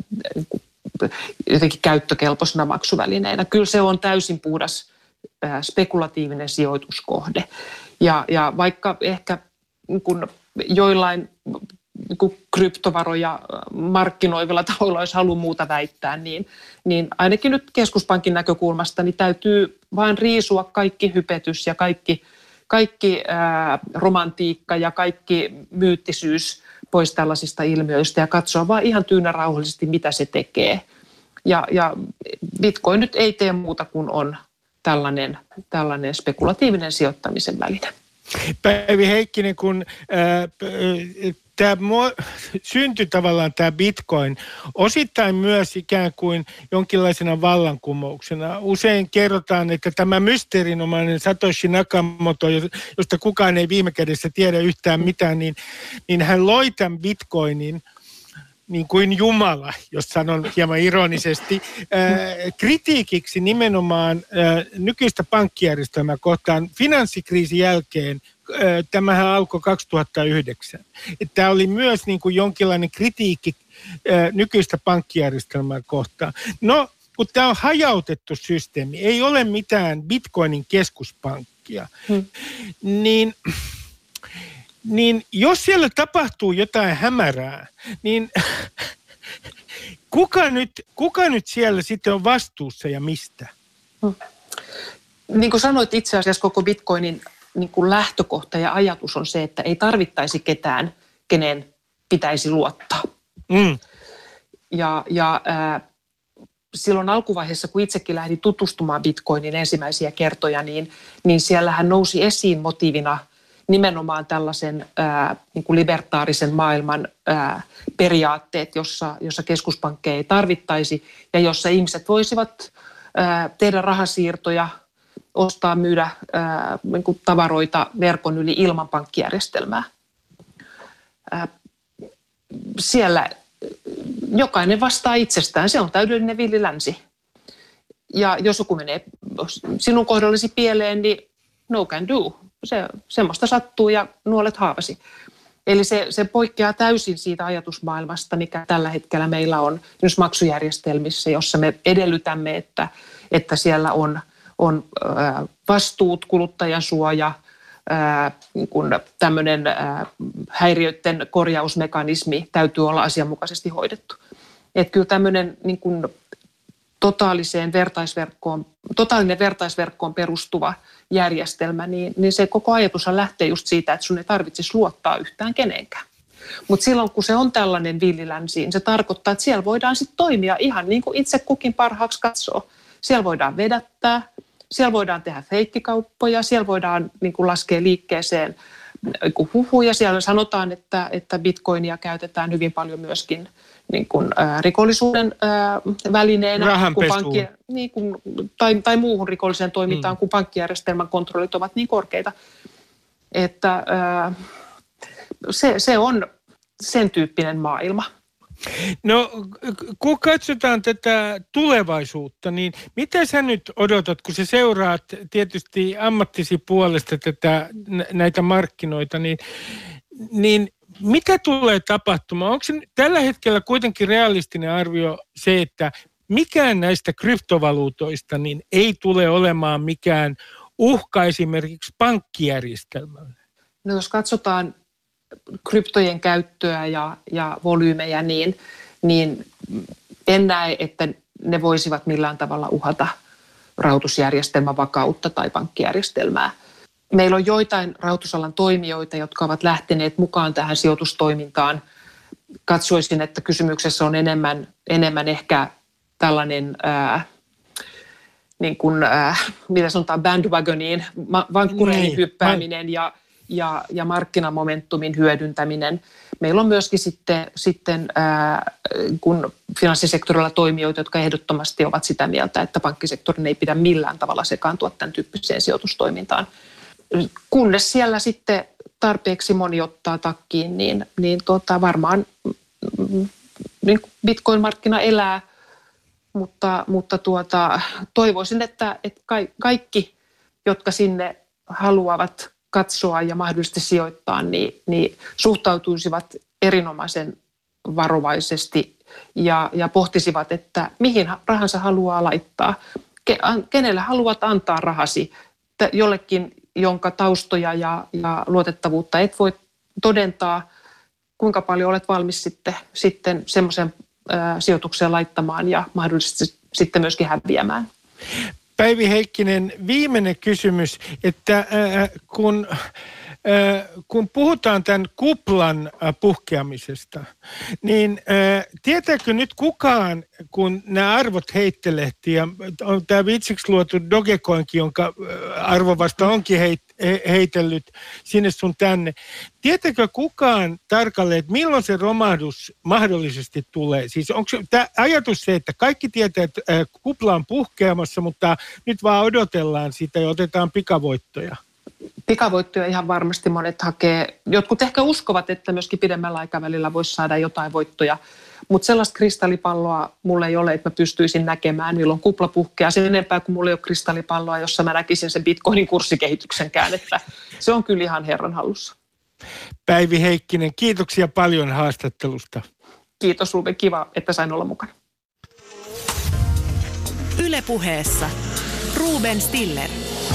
jotenkin käyttökelpoisena maksuvälineenä. Kyllä se on täysin puhdas ää, spekulatiivinen sijoituskohde. Ja, ja vaikka ehkä kun joillain niin kryptovaroja markkinoivilla tahoilla olisi halu muuta väittää, niin, niin ainakin nyt keskuspankin näkökulmasta niin täytyy vain riisua kaikki hypetys ja kaikki, kaikki ää, romantiikka ja kaikki myyttisyys pois tällaisista ilmiöistä ja katsoa vaan ihan tyynä rauhallisesti, mitä se tekee. Ja, ja Bitcoin nyt ei tee muuta kuin on tällainen, tällainen spekulatiivinen sijoittamisen väline. Päivi Heikkinen, kun ää, tämä syntyi tavallaan tämä bitcoin osittain myös ikään kuin jonkinlaisena vallankumouksena. Usein kerrotaan, että tämä mysteerinomainen Satoshi Nakamoto, josta kukaan ei viime kädessä tiedä yhtään mitään, niin, niin hän loi tämän bitcoinin niin kuin Jumala, jos sanon hieman ironisesti, ää, kritiikiksi nimenomaan ää, nykyistä pankkijärjestelmää kohtaan finanssikriisin jälkeen. Ää, tämähän alkoi kaksituhattayhdeksän. Tämä oli myös niin kuin jonkinlainen kritiikki ää, nykyistä pankkijärjestelmää kohtaan. No, kun tämä on hajautettu systeemi, ei ole mitään bitcoinin keskuspankkia, hmm. niin... Niin jos siellä tapahtuu jotain hämärää, niin kuka nyt, kuka nyt siellä sitten on vastuussa ja mistä? Hmm. Niin kuin sanoit, itse asiassa koko bitcoinin niin kuin lähtökohta ja ajatus on se, että ei tarvittaisi ketään, kenen pitäisi luottaa. Mm. Ja, ja äh, silloin alkuvaiheessa, kun itsekin lähdin tutustumaan bitcoinin ensimmäisiä kertoja, niin, niin siellähän nousi esiin motiivina nimenomaan tällaisen ää, niin kuin libertaarisen maailman ää, periaatteet, jossa, jossa keskuspankkeja ei tarvittaisi ja jossa ihmiset voisivat ää, tehdä rahasiirtoja, ostaa, myydä ää, niin kuin tavaroita verkon yli ilman pankkijärjestelmää. Ää, siellä jokainen vastaa itsestään, se on täydellinen villilänsi. Ja jos joku menee sinun kohdallesi pieleen, niin no can do. Se, semmoista sattuu ja nuolet haavasi. Eli se, se poikkeaa täysin siitä ajatusmaailmasta, mikä tällä hetkellä meillä on myös maksujärjestelmissä, jossa me edellytämme, että, että siellä on, on ää, vastuut, kuluttajansuoja, ää, niin kuin tämmöinen ää, häiriöiden korjausmekanismi täytyy olla asianmukaisesti hoidettu. Että kyllä tämmöinen niin kuin totaaliseen vertaisverkkoon, totaalinen vertaisverkkoon perustuva järjestelmä, niin, niin se koko ajatushan lähtee just siitä, että sun ei tarvitsisi luottaa yhtään kenenkään. Mutta silloin, kun se on tällainen villilänsi, niin se tarkoittaa, että siellä voidaan sitten toimia ihan niin kuin itse kukin parhaaksi katsoo. Siellä voidaan vedättää, siellä voidaan tehdä feikkikauppoja, siellä voidaan niin kuin laskea liikkeeseen huhuja. Siellä sanotaan, että, että bitcoinia käytetään hyvin paljon myöskin niin kuin, ä, rikollisuuden ä, välineenä kun pankki, niin kuin, tai, tai muuhun rikolliseen toimintaan, mm. kun pankkijärjestelmän kontrollit ovat niin korkeita. Että ä, se, se on sen tyyppinen maailma. No, kun katsotaan tätä tulevaisuutta, niin mitä sä nyt odotat, kun sä seuraat tietysti ammattisi puolesta tätä, näitä markkinoita, niin, niin mitä tulee tapahtumaan? Onko se tällä hetkellä kuitenkin realistinen arvio se, että mikään näistä kryptovaluutoista niin ei tule olemaan mikään uhka esimerkiksi pankkijärjestelmälle? No jos katsotaan kryptojen käyttöä ja, ja volyymejä, niin, niin en näe, että ne voisivat millään tavalla uhata rahoitusjärjestelmän vakautta tai pankkijärjestelmää. Meillä on joitain rahoitusalan toimijoita, jotka ovat lähteneet mukaan tähän sijoitustoimintaan. Katsoisin, että kysymyksessä on enemmän, enemmän ehkä tällainen, ää, niin kuin, ää, mitä sanotaan, bandwagoniin, vankkureihin hyppääminen ja, ja, ja markkinamomentumin hyödyntäminen. Meillä on myöskin sitten, sitten ää, kun finanssisektorilla toimijoita, jotka ehdottomasti ovat sitä mieltä, että pankkisektorin ei pidä millään tavalla sekaantua tämän tyyppiseen sijoitustoimintaan. Kunnes siellä sitten tarpeeksi moni ottaa takkiin, niin, niin tuota, varmaan niin Bitcoin-markkina elää, mutta, mutta tuota, toivoisin, että, että kaikki, jotka sinne haluavat katsoa ja mahdollisesti sijoittaa, niin, niin suhtautuisivat erinomaisen varovaisesti ja, ja pohtisivat, että mihin rahansa haluaa laittaa, kenelle haluat antaa rahasi, jollekin, jonka taustoja ja, ja luotettavuutta et voi todentaa, kuinka paljon olet valmis sitten, sitten semmoisen ää, sijoitukseen laittamaan ja mahdollisesti sitten myöskin häviämään. Päivi Heikkinen, viimeinen kysymys, että ää, kun, ää, kun puhutaan tämän kuplan ää, puhkeamisesta, niin ää, tietääkö nyt kukaan kun nämä arvot heittelehti ja on tämä vitsiksi luotu Dogecoinkin, jonka arvo vasta onkin heit, he, heitellyt sinne sun tänne. Tietääkö kukaan tarkalleen, että milloin se romahdus mahdollisesti tulee? Siis onko tämä ajatus se, että kaikki tietää, että kupla on puhkeamassa, mutta nyt vaan odotellaan sitä ja otetaan pikavoittoja? Pikavoittoja ihan varmasti monet hakee. Jotkut ehkä uskovat, että myöskin pidemmällä aikavälillä voisi saada jotain voittoja, mutta sellaista kristallipalloa mulla ei ole, että mä pystyisin näkemään, milloin kupla puhkeaa. Sen enempää kuin mulla ei ole kristallipalloa, jossa mä näkisin sen Bitcoinin kurssikehityksenkään, että se on kyllä ihan Herran hallussa. Päivi Heikkinen, kiitoksia paljon haastattelusta. Kiitos Ruben, kiva, että sain olla mukana. Yle Puheessa Ruben Stiller.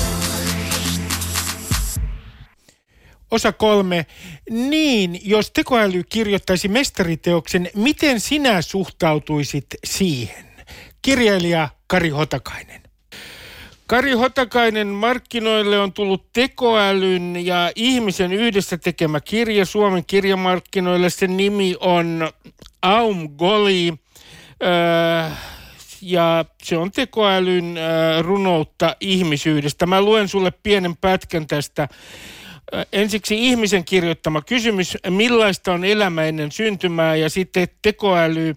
Osa kolme. Niin, jos tekoäly kirjoittaisi mestariteoksen, miten sinä suhtautuisit siihen? Kirjailija Kari Hotakainen. Kari Hotakainen, markkinoille on tullut tekoälyn ja ihmisen yhdessä tekemä kirja Suomen kirjamarkkinoille. Sen nimi on Aum Goli öö, ja se on tekoälyn öö, runoutta ihmisyydestä. Mä luen sulle pienen pätkän tästä. Ensiksi ihmisen kirjoittama kysymys, millaista on elämä ennen syntymää, ja sitten tekoäly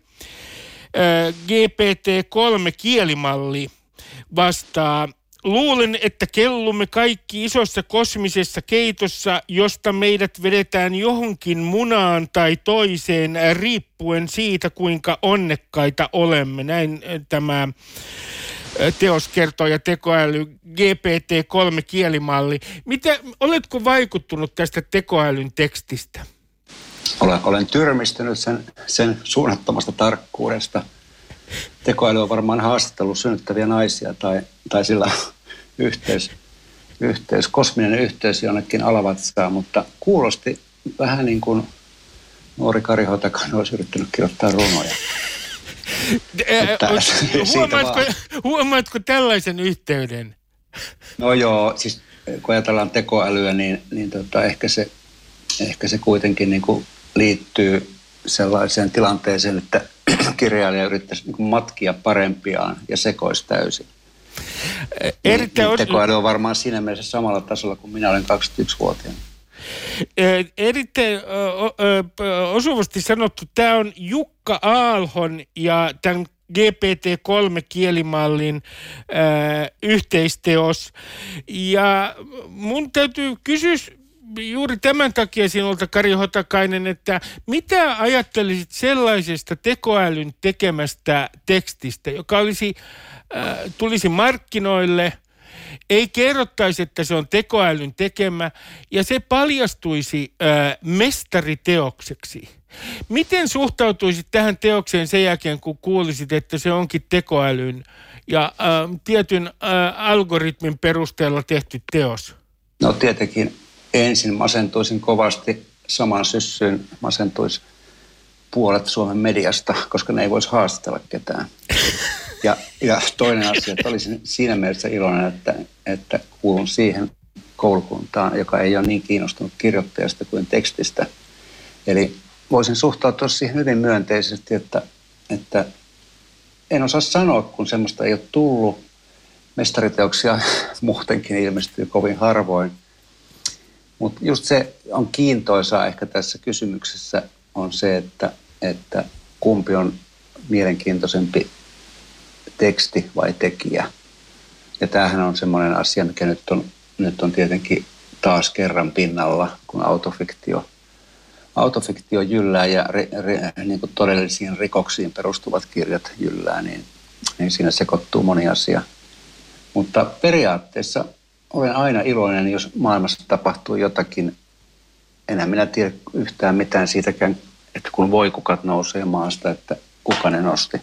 G P T kolme kielimalli vastaa. Luulen, että kellumme kaikki isossa kosmisessa keitossa, josta meidät vedetään johonkin munaan tai toiseen riippuen siitä, kuinka onnekkaita olemme. Näin tämä teos kertoo ja tekoäly G P T kolme kielimalli. Mitä, oletko vaikuttunut tästä tekoälyn tekstistä? Olen, olen tyrmistynyt sen, sen suunnattomasta tarkkuudesta. Tekoäly on varmaan haastatellut synnyttäviä naisia tai, tai sillä yhteys, yhteys, kosminen yhteys jonnekin alavatsaan, mutta kuulosti vähän niin kuin nuori Kari Hotakainen olisi yrittänyt kirjoittaa runoja. Että, huomaatko, huomaatko tällaisen yhteyden? No joo, siis kun ajatellaan tekoälyä, niin, niin tota, ehkä, se, ehkä se kuitenkin niin kuin liittyy sellaiseen tilanteeseen, että kirjailija yrittäisi niin kuin matkia parempiaan ja sekoisi täysin. Niin, niin tekoäly on varmaan siinä mielessä samalla tasolla kuin minä olen kaksikymmentäyksivuotiaana. Erittäin osuvasti sanottu. Tämä on Jukka Aalhon ja tämän G P T kolme kielimallin ää, yhteisteos. Ja mun täytyy kysyä juuri tämän takia sinulta, Kari Hotakainen, että mitä ajattelisit sellaisesta tekoälyn tekemästä tekstistä, joka olisi, ää, tulisi markkinoille, ei kerrottaisi, että se on tekoälyn tekemä, ja se paljastuisi ää, mestariteokseksi. Miten suhtautuisit tähän teokseen sen jälkeen, kun kuulisit, että se onkin tekoälyn ja ää, tietyn ää, algoritmin perusteella tehty teos? No tietenkin ensin masentuisin kovasti, saman syssyyn masentuisi puolet Suomen mediasta, koska ne ei voisi haastatella ketään. Ja, ja toinen asia, että olisin siinä mielessä iloinen, että, että kuulun siihen koulukuntaan, joka ei ole niin kiinnostunut kirjoittajasta kuin tekstistä. Eli voisin suhtautua siihen hyvin myönteisesti, että, että en osaa sanoa, kun semmoista ei ole tullut. Mestariteoksia muutenkin ilmestyy kovin harvoin. Mutta just se on kiintoisaa ehkä tässä kysymyksessä on se, että, että kumpi on mielenkiintoisempi teksti vai tekijä. Ja tämähän on semmoinen asia, mikä nyt on, nyt on tietenkin taas kerran pinnalla, kun autofiktio, autofiktio jyllää ja ri, ri, niin kuin todellisiin rikoksiin perustuvat kirjat jyllää, niin, niin siinä sekoittuu moni asia. Mutta periaatteessa olen aina iloinen, jos maailmassa tapahtuu jotakin. Enää minä tiedä yhtään mitään siitäkään, että kun voikukat nousee maasta, että kuka ne nosti.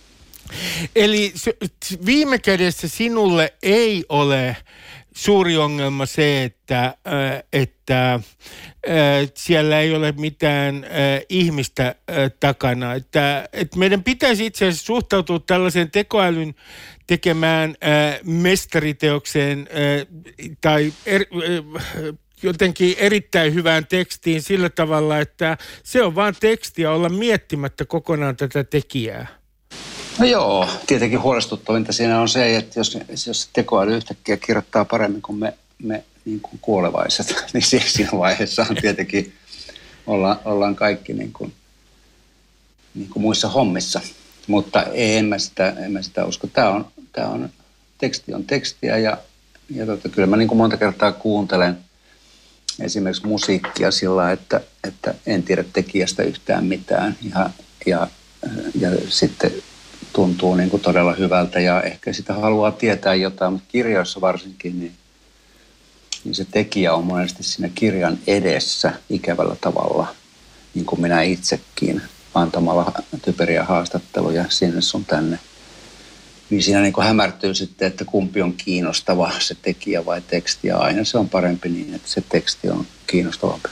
Eli viime kädessä sinulle ei ole suuri ongelma se, että, että siellä ei ole mitään ihmistä takana. Että, että meidän pitäisi itse asiassa suhtautua tällaiseen tekoälyn tekemään mestariteokseen tai er, jotenkin erittäin hyvään tekstiin sillä tavalla, että se on vaan tekstiä olla miettimättä kokonaan tätä tekijää. No joo, tietenkin huolestuttavinta siinä on se, että jos, jos tekoäly yhtäkkiä kirjoittaa paremmin kuin me, me niin kuin kuolevaiset, niin siinä vaiheessa on tietenkin olla, ollaan kaikki niin kuin, niin kuin muissa hommissa. Mutta en mä sitä, en mä sitä usko. Tämä on, tämä on, teksti on tekstiä ja, ja tota, kyllä mä niin kuin monta kertaa kuuntelen esimerkiksi musiikkia sillä, että, että en tiedä tekijästä yhtään mitään ja, ja, ja sitten tuntuu niin kuin todella hyvältä ja ehkä sitä haluaa tietää jotain, mutta kirjoissa varsinkin, niin, niin se tekijä on monesti siinä kirjan edessä ikävällä tavalla, niin kuin minä itsekin, antamalla typeriä haastatteluja sinne sun tänne. Niin siinä niin kuin hämärtyy sitten, että kumpi on kiinnostava, se tekijä vai teksti, ja aina se on parempi niin, että se teksti on kiinnostavampi.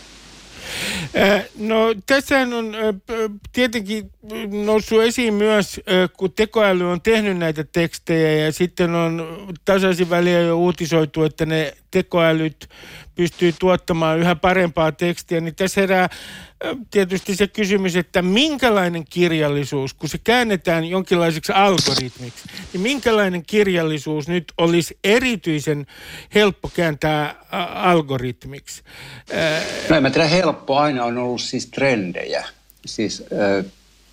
No tässähän on tietenkin noussut esiin myös, kun tekoäly on tehnyt näitä tekstejä ja sitten on tasaisin väliä jo uutisoitu, että ne tekoälyt pystyy tuottamaan yhä parempaa tekstiä, niin tässä herää tietysti se kysymys, että minkälainen kirjallisuus, kun se käännetään jonkinlaiseksi algoritmiksi, niin minkälainen kirjallisuus nyt olisi erityisen helppo kääntää algoritmiksi? No en mä tiedä, helppo aina on ollut siis trendejä. Siis äh,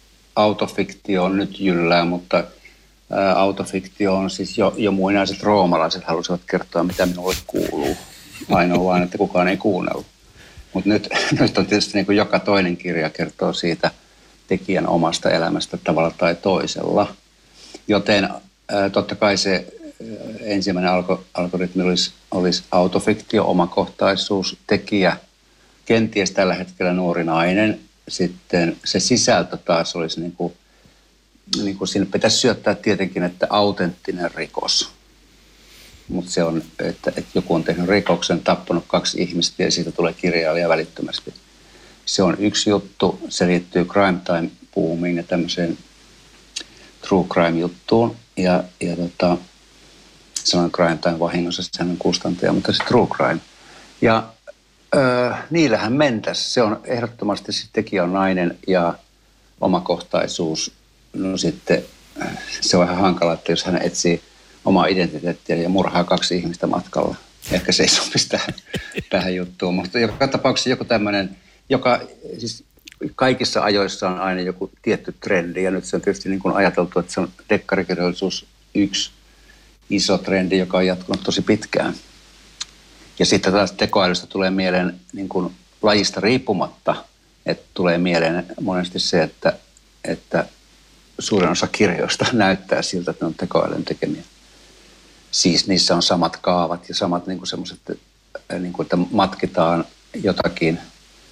autofiktio nyt jyllää, mutta äh, autofiktio on siis jo, jo muinaiset roomalaiset halusivat kertoa, mitä minulle kuuluu. Ainoa vaan, että kukaan ei kuunnellut. Mutta nyt, nyt on tietysti niin kuin joka toinen kirja kertoo siitä tekijän omasta elämästä tavalla tai toisella. Joten ää, totta kai se ää, ensimmäinen alko, algoritmi olisi, olisi autofiktio, omakohtaisuus, tekijä, kenties tällä hetkellä nuori nainen. Sitten se sisältö taas olisi, niin kuin, niin kuin sinne pitäisi syöttää tietenkin, että autenttinen rikos. Mutta se on, että, että joku on tehnyt rikoksen, tappanut kaksi ihmistä ja siitä tulee kirjailija välittömästi. Se on yksi juttu, se liittyy crime time boomiin ja tämmöiseen true crime juttuun. Ja, ja tota, sanon crime time vahingossa, sehän on kustantaja, mutta se true crime. Ja öö, niillähän mentäisi. Se on ehdottomasti se tekijä on nainen ja omakohtaisuus. No sitten se on ihan hankala, että jos hän etsii omaa identiteettiä ja murhaa kaksi ihmistä matkalla. Ehkä se ei sopisi tähän, tähän juttuun, mutta joka tapauksessa joku tämmöinen, joka siis kaikissa ajoissa on aina joku tietty trendi ja nyt se on tietysti niin kuin ajateltu, että se on dekkarikirjallisuus yksi iso trendi, joka on jatkunut tosi pitkään. Ja sitten taas tekoälystä tulee mieleen niin kuin lajista riippumatta, että tulee mieleen monesti se, että, että suurin osa kirjoista näyttää siltä, että ne on tekoälyn tekemiä. Siis niissä on samat kaavat ja samat niin kuin semmoiset, niin kuin, että matkitaan jotakin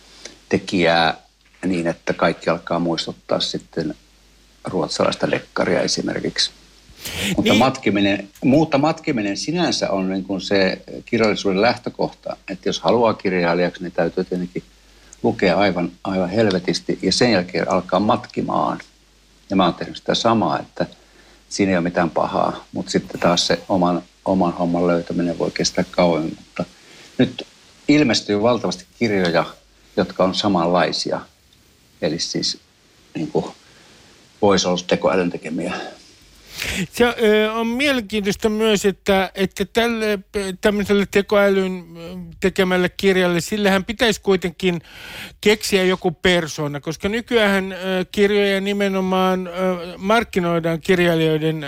tekijää niin, että kaikki alkaa muistuttaa sitten ruotsalaista dekkaria esimerkiksi. Mutta niin. matkiminen, mutta matkiminen sinänsä on niin kuin se kirjallisuuden lähtökohta, että jos haluaa kirjailijaksi, niin täytyy tietenkin lukea aivan, aivan helvetisti ja sen jälkeen alkaa matkimaan. Ja mä oon tehnyt sitä samaa, että siinä ei ole mitään pahaa, mutta sitten taas se oman, oman homman löytäminen voi kestää kauemmin. Mutta nyt ilmestyy valtavasti kirjoja, jotka on samanlaisia. Eli siis niin kuin voisi olla tekoälyn tekemiä. Se on mielenkiintoista myös, että, että tälle tämmöiselle tekoälyn tekemälle kirjalle, sillähän pitäisi kuitenkin keksiä joku persona, koska nykyään kirjoja nimenomaan markkinoidaan kirjailijoiden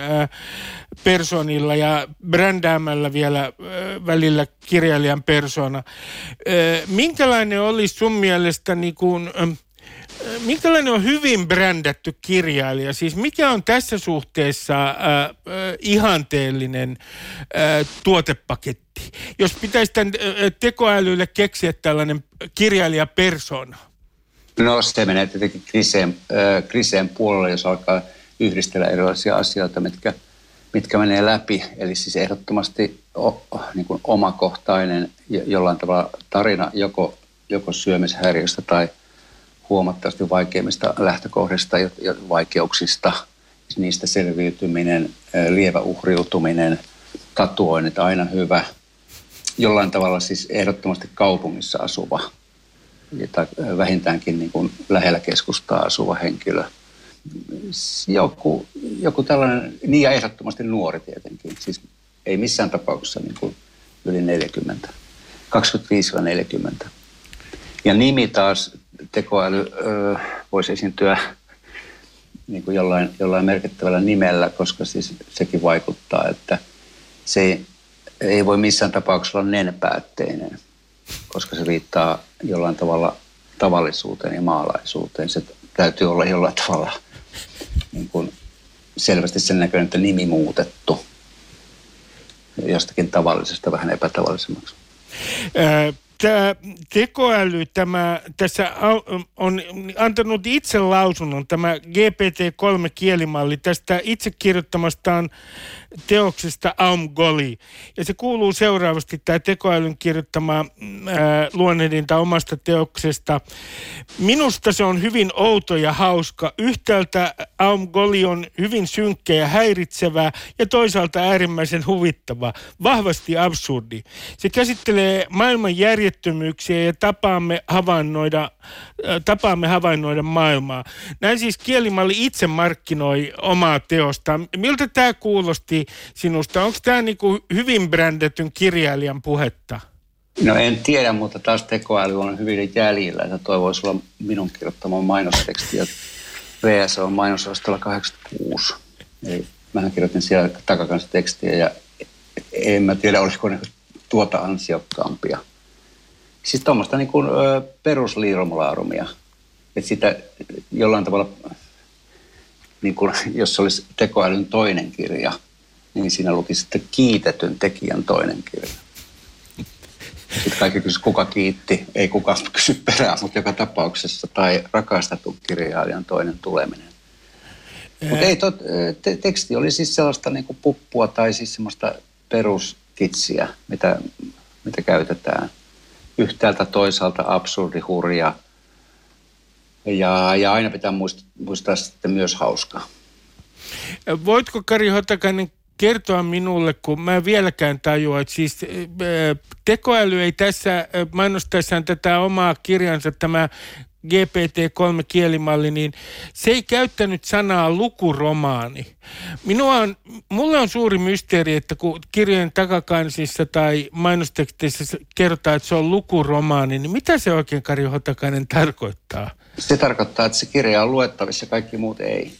personilla ja brändäämällä vielä välillä kirjailijan persona. Minkälainen olisi sun mielestä niin kuin minkälainen on hyvin brändätty kirjailija? Siis mikä on tässä suhteessa äh, äh, ihanteellinen äh, tuotepaketti? Jos pitäisi tämän äh, tekoälylle keksiä tällainen kirjailijapersona? No se menee tietenkin Griseen, äh, Griseen puolelle, jos alkaa yhdistellä erilaisia asioita, mitkä, mitkä menee läpi. Eli siis ehdottomasti o, niin kuin omakohtainen jollain tavalla tarina joko, joko syömishäiriöstä tai huomattavasti vaikeimmista lähtökohdista ja vaikeuksista, niistä selviytyminen, lievä uhriutuminen, tatuoinnit aina hyvä, jollain tavalla siis ehdottomasti kaupungissa asuva tai vähintäänkin niin kuin lähellä keskustaa asuva henkilö. joku, joku tällainen, niin ja ehdottomasti nuori tietenkin. Siis ei missään tapauksessa niin kuin yli neljäkymmentä, kaksikymmentäviisi neljäkymmentä. Ja nimi taas, tekoäly öö, voisi esiintyä niin kuin jollain, jollain merkittävällä nimellä, koska siis sekin vaikuttaa, että se ei, ei voi missään tapauksessa olla nenpäätteinen, koska se viittaa jollain tavalla tavallisuuteen ja maalaisuuteen. Se täytyy olla jollain tavalla niin kuin selvästi sen näköinen, että nimi muutettu jostakin tavallisesta vähän epätavallisemmaksi. Tämä tekoäly, tämä, tässä on antanut itse lausunnon, tämä G P T kolme kielimalli tästä itse kirjoittamastaan teoksesta Aum Goli. Ja se kuuluu seuraavasti, tämä tekoälyn kirjoittama ää, luonnehdinta omasta teoksesta. Minusta se on hyvin outo ja hauska. Yhtäältä Aum Goli on hyvin synkkä ja häiritsevä ja toisaalta äärimmäisen huvittava, vahvasti absurdi. Se käsittelee maailman järjettömyyksiä ja tapaamme havainnoida, äh, tapaamme havainnoida maailmaa. Näin siis kielimalli itse markkinoi omaa teostaan. Miltä tämä kuulosti sinusta? Onko tämä niinku hyvin brändätyn kirjailijan puhetta? No en tiedä, mutta taas tekoäly on hyvin jäljillä, että toi voisi olla minun kirjoittamaan mainostekstiä. V S on mainososastolla kahdeksankymmentäkuusi. Eli mähän kirjoitin siellä takakanssa tekstiä ja en mä tiedä, olisiko ne tuota ansiokkaampia. Siis tuommoista niin kuin ö, perusliiromlaarumia. Että sitä jollain tavalla, niin kuin, jos se olisi tekoälyn toinen kirja, niin siinä lukisi sitten kiitetyn tekijän toinen kirja. Sitten kaikki kysyivät, kuka kiitti, ei kukaan kysy perään, mutta joka tapauksessa, tai rakastetun kirjailijan toinen tuleminen. Mutta ei, tot, te, teksti oli siis sellaista niin kuin puppua tai siis semmoista peruskitsiä, mitä, mitä käytetään. Yhtäältä toisaalta absurdi, hurja ja, ja aina pitää muistaa, muistaa sitten myös hauskaa. Voitko Kari Hotakainen kertoa minulle, kun mä en vieläkään tajua, että siis tekoäly ei tässä mainostaessaan tätä omaa kirjansa, tämä G P T kolme kielimalli, niin se ei käyttänyt sanaa lukuromaani. Minua on, mulle on suuri mysteeri, että kun kirjojen takakansissa tai mainosteksteissä kerrotaan, että se on lukuromaani, niin mitä se oikein, Kari Hotakainen, tarkoittaa? Se tarkoittaa, että se kirja on luettavissa ja kaikki muut ei.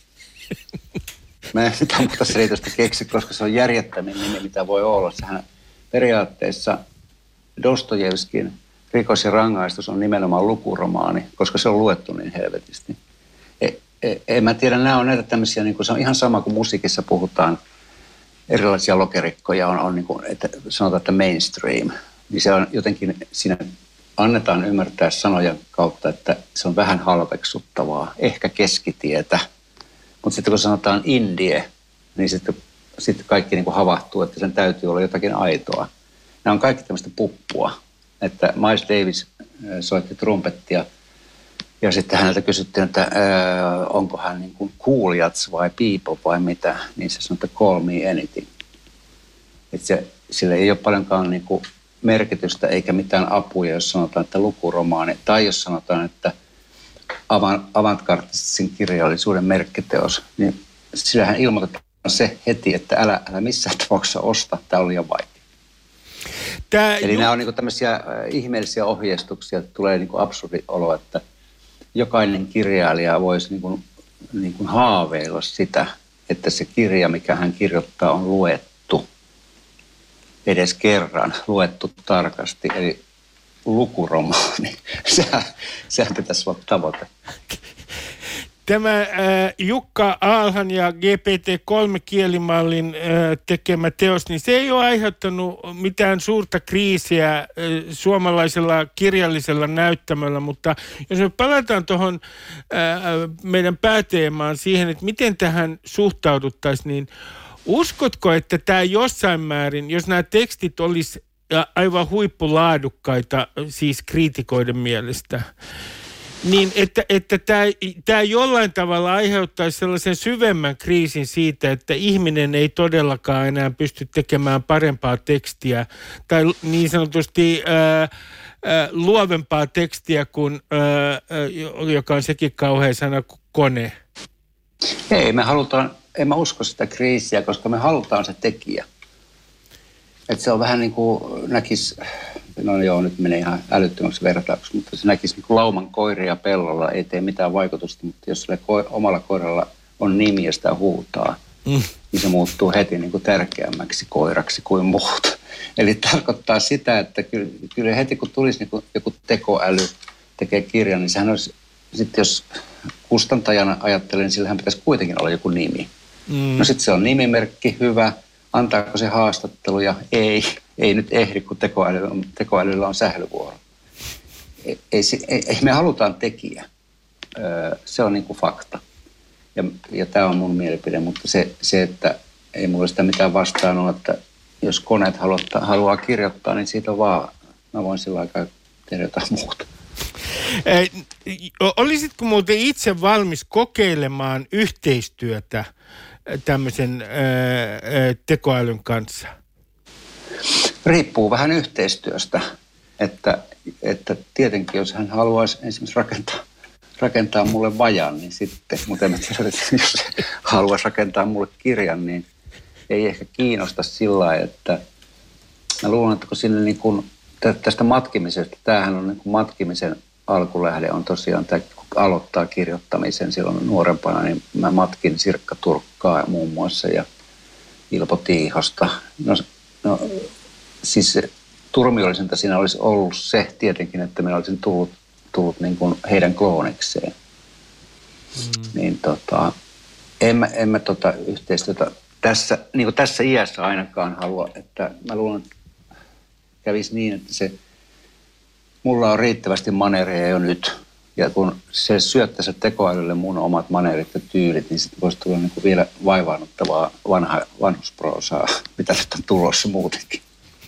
Mä en mitään muuta selitystä keksi, koska se on järjettömin nimi, mitä voi olla. Sehän periaatteessa Dostojevskin Rikos ja rangaistus on nimenomaan lukuromaani, koska se on luettu niin helvetisti. E, e, en mä tiedä, nämä on näitä tämmöisiä, niin kuin se on ihan sama kuin musiikissa puhutaan, erilaisia lokerikkoja on, on niin kuin, että sanotaan, että mainstream. Niin se on jotenkin, siinä annetaan ymmärtää sanojen kautta, että se on vähän halveksuttavaa, ehkä keskitietä. Mutta sitten kun sanotaan indie, niin sitten, sitten kaikki niin kuin havahtuu, että sen täytyy olla jotakin aitoa. Nämä on kaikki tämmöistä puppua. Että Miles Davis soitti trumpettia ja sitten häneltä kysyttiin, että ää, onko hän niin kuin cool jats vai bebop vai mitä, niin se sanoi, että call me anything. Että se, sillä ei ole paljonkaan niin kuin merkitystä eikä mitään apuja, jos sanotaan, että lukuromaani, tai jos sanotaan, että avantgardistisen kirjallisuuden merkkiteos, niin sillähän ilmoitetaan se heti, että älä, älä missään tapauksessa osta, tämä on liian vaikea. Tää Eli ju- nämä on niinku tämmöisiä äh, ihmeellisiä ohjeistuksia, että tulee niinku absurdi olo, että jokainen kirjailija voisi niinku, niinku haaveilla sitä, että se kirja, mikä hän kirjoittaa, on luettu edes kerran, luettu tarkasti, eli lukuromaani. Sehän, sehän pitäisi olla tavoite. Tämä äh, Jukka Aalhan ja G P T kolme kielimallin äh, tekemä teos, niin se ei ole aiheuttanut mitään suurta kriisiä äh, suomalaisella kirjallisella näyttämöllä, mutta jos me palataan tuohon äh, meidän pääteemaan siihen, että miten tähän suhtauduttaisiin, niin uskotko, että tämä jossain määrin, jos nämä tekstit olisi aivan huippulaadukkaita, siis kriitikoiden mielestä, niin että, että tämä, tämä jollain tavalla aiheuttaisi sellaisen syvemmän kriisin siitä, että ihminen ei todellakaan enää pysty tekemään parempaa tekstiä tai niin sanotusti ää, ää, luovempaa tekstiä kuin, ää, joka on sekin kauhea sana kuin kone. Ei, me halutaan, en mä usko sitä kriisiä, koska me halutaan se tekijä. Että se on vähän niin kuin näkisi, no joo, nyt menee ihan älyttömäksi vertauksi, mutta se näkisi niin kuin lauman koiria pellolla, ei tee mitään vaikutusta, mutta jos sillä ko- omalla koiralla on nimi ja sitä huutaa, mm. niin se muuttuu heti niin kuin tärkeämmäksi koiraksi kuin muut. Eli tarkoittaa sitä, että kyllä, kyllä heti kun tulisi niin kuin joku tekoäly tekee kirjan, niin sehän olisi, sitten jos kustantajana ajattelen, niin sillähän pitäisi kuitenkin olla joku nimi. Mm. No sitten se on nimimerkki, hyvä. Antaako se haastatteluja? Ei. Ei nyt ehdi, kun tekoäly, tekoälyllä on sählyvuoro. Ei, ei, ei, ei, me halutaan tekijä. Öö, se on niin kuin fakta. Ja, ja tämä on mun mielipide, mutta se, se, että ei mulla sitä mitään vastaan ole, että jos koneet haluaa, haluaa kirjoittaa, niin siitä on vaan, mä voin sillä aikaa tehdä jotain muuta. Olisitko muuten itse valmis kokeilemaan yhteistyötä tämmöisen tekoälyn kanssa? Riippuu vähän yhteistyöstä, että, että tietenkin jos hän haluaisi esimerkiksi rakentaa, rakentaa mulle vajan, niin sitten, mutta en tiedä, että jos haluaisi rakentaa mulle kirjan, niin ei ehkä kiinnosta sillä lailla, että mä luulen, että kun sinne niin kuin, tästä matkimisesta, tämähän on niin kuin matkimisen alkulähde on tosiaan, tämä kun aloittaa kirjoittamisen silloin nuorempana, niin mä matkin Sirkka Turkkaa muun muassa ja Ilpo Tiihosta. No, no siis turmiollisinta siinä olisi ollut se tietenkin, että minä olisin tullut, tullut niin kuin heidän kloonikseen. Mm. Niin tota, en mä, en mä tota yhteistyötä tässä, niin kuin tässä iässä ainakaan halua, että mä luulen, että kävisi niin, että se mulla on riittävästi maneereja jo nyt. Ja kun se syöttäisi tekoälylle mun omat maneerit ja tyylit, niin sitten voisi tulla niin kuin vielä vaivaannuttavaa vanha, vanhusproosaa, mitä nyt on tulossa muutenkin.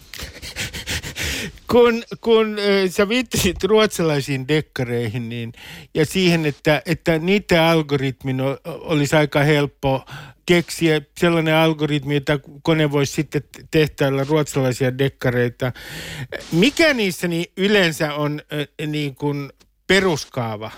Kun, kun äh, sä viittasit ruotsalaisiin dekkareihin niin, ja siihen, että, että niiden algoritmin olisi aika helppo keksiä sellainen algoritmi, jota kone voisi sitten tehtäillä ruotsalaisia dekkareita. Mikä niissä niin yleensä on äh, niin kuin peruskaava?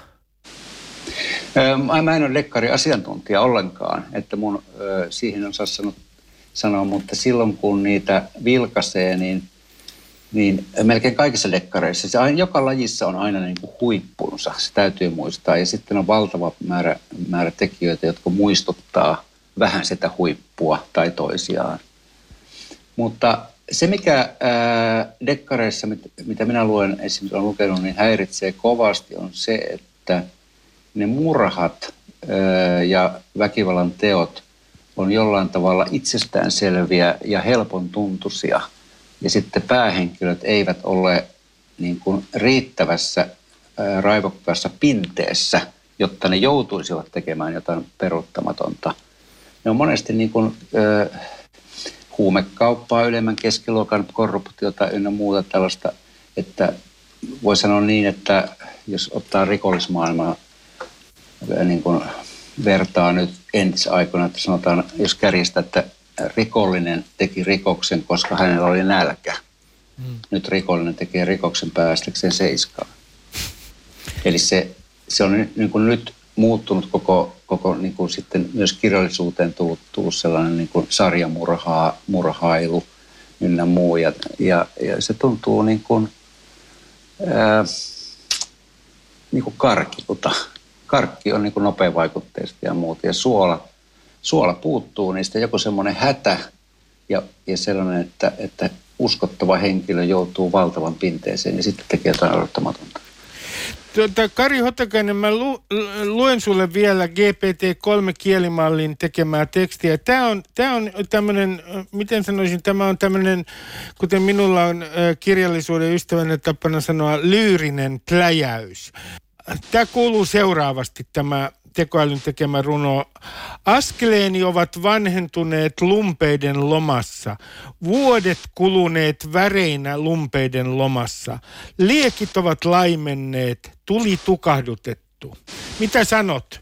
Mä en ole dekkari-asiantuntija ollenkaan, että mun äh, siihen on saanut sanoa, mutta silloin kun niitä vilkaisee, niin Niin melkein kaikissa dekkareissa, se aina, joka lajissa on aina niin kuin huippunsa, se täytyy muistaa. Ja sitten on valtava määrä, määrä tekijöitä, jotka muistuttaa vähän sitä huippua tai toisiaan. Mutta se, mikä ää, dekkareissa, mit, mitä minä luen, esimerkiksi olen lukenut, niin häiritsee kovasti, on se, että ne murhat ää, ja väkivallan teot on jollain tavalla itsestäänselviä ja helpon tuntuisia. Ja sitten päähenkilöt eivät ole niin kuin riittävässä ää, raivokkaassa pinteessä, jotta ne joutuisivat tekemään jotain peruuttamatonta. Ne on monesti niin kuin, ää, huumekauppaa, ylemmän keskiluokan korruptiota ynnä muuta tällaista, että voi sanoa niin, että jos ottaa rikollismaailmaa niin kuin vertaa nyt entisaikoina, että sanotaan, jos kärjistä, että rikollinen teki rikoksen, koska hänellä oli nälkä. Mm. Nyt rikollinen tekee rikoksen päästäkseen seiskaan. Eli se, se on niin kuin nyt muuttunut koko, koko niin kuin sitten myös kirjallisuuteen tullut, tullut sellainen niin kuin sarjamurhaa, murhailu ynnä muu. Ja, ja, ja se tuntuu niin kuin, ää, niin kuin karkilta. Karkki on niin kuin nopeavaikutteista ja muuta. Ja suola Suola puuttuu niistä, joko semmoinen hätä ja, ja sellainen, että, että uskottava henkilö joutuu valtavan pinteeseen ja sitten tekee jotain odottamatonta. Tuota, Kari Hotakainen, mä lu, luen sulle vielä G P T kolme kielimallin tekemää tekstiä. Tämä on, tämä on tämmöinen, miten sanoisin, tämä on tämmöinen, kuten minulla on kirjallisuuden ystävänä tapana sanoa, lyyrinen pläjäys. Tämä kuuluu seuraavasti tämä tekoälyn tekemä runo. Askeleeni ovat vanhentuneet lumpeiden lomassa. Vuodet kuluneet väreinä lumpeiden lomassa. Liekit ovat laimenneet, tuli tukahdutettu. Mitä sanot?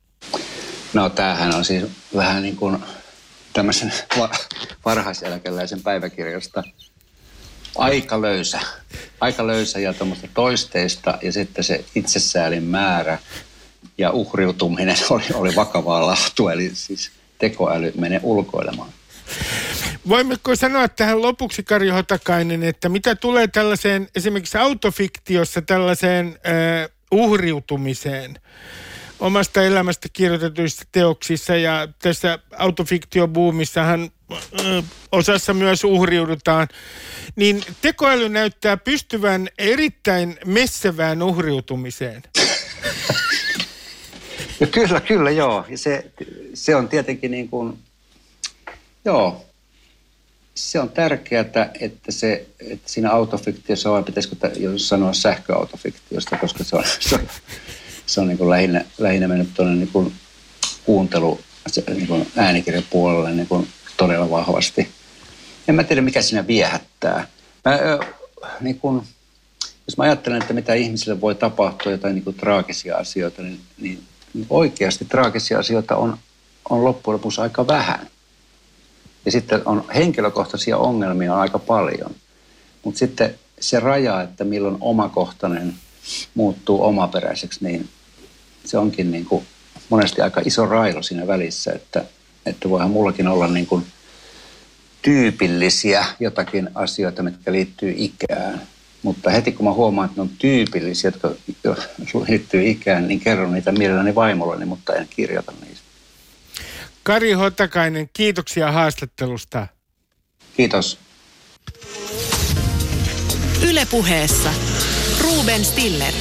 No tämähän on siis vähän niin kuin tämmöisen varhaiseläkeläisen päiväkirjasta. Aika löysä. Aika löysä ja tuommoista toisteista ja sitten se itsesäälin määrä. ja uhriutuminen oli, oli vakavaa lahtua, eli siis tekoäly menee ulkoilemaan. Voimmeko sanoa tähän lopuksi, Kari Hotakainen, että mitä tulee tällaiseen esimerkiksi autofiktiossa tällaiseen äh, uhriutumiseen omasta elämästä kirjoitetuissa teoksissa ja tässä autofiktiobuumissahan äh, osassa myös uhriudutaan, niin tekoäly näyttää pystyvän erittäin messevään uhriutumiseen. No kyllä, kyllä joo. Ja se, se on tietenkin niin kuin, joo, se on tärkeää, että, se, että siinä autofiktiossa on, pitäisikö sanoa sähköautofiktiosta, koska se on, se on, se on niin kuin lähinnä, lähinnä mennyt tuonne niin kuin kuuntelu niin kuin äänikirjapuolelle niin kuin todella vahvasti. En mä tiedä, mikä siinä viehättää. Mä, niin kuin, jos mä ajattelen, että mitä ihmisille voi tapahtua, jotain niin kuin traagisia asioita, niin, niin oikeasti traagisia asioita on, on loppujen lopuksi aika vähän. Ja sitten on henkilökohtaisia ongelmia on aika paljon. Mutta sitten se raja, että milloin omakohtainen muuttuu omaperäiseksi, niin se onkin niin kuin monesti aika iso railo siinä välissä, että, että voihan mullakin olla niin kuin tyypillisiä jotakin asioita, mitkä liittyy ikään. Mutta heti kun mä huomaan, että ne on tyypillisiä, jotka liittyy ikään, niin kerron niitä mielelläni vaimolleni, mutta en kirjoita niistä. Kari Hotakainen, kiitoksia haastattelusta. Kiitos. Yle Puheessa Ruben Stiller.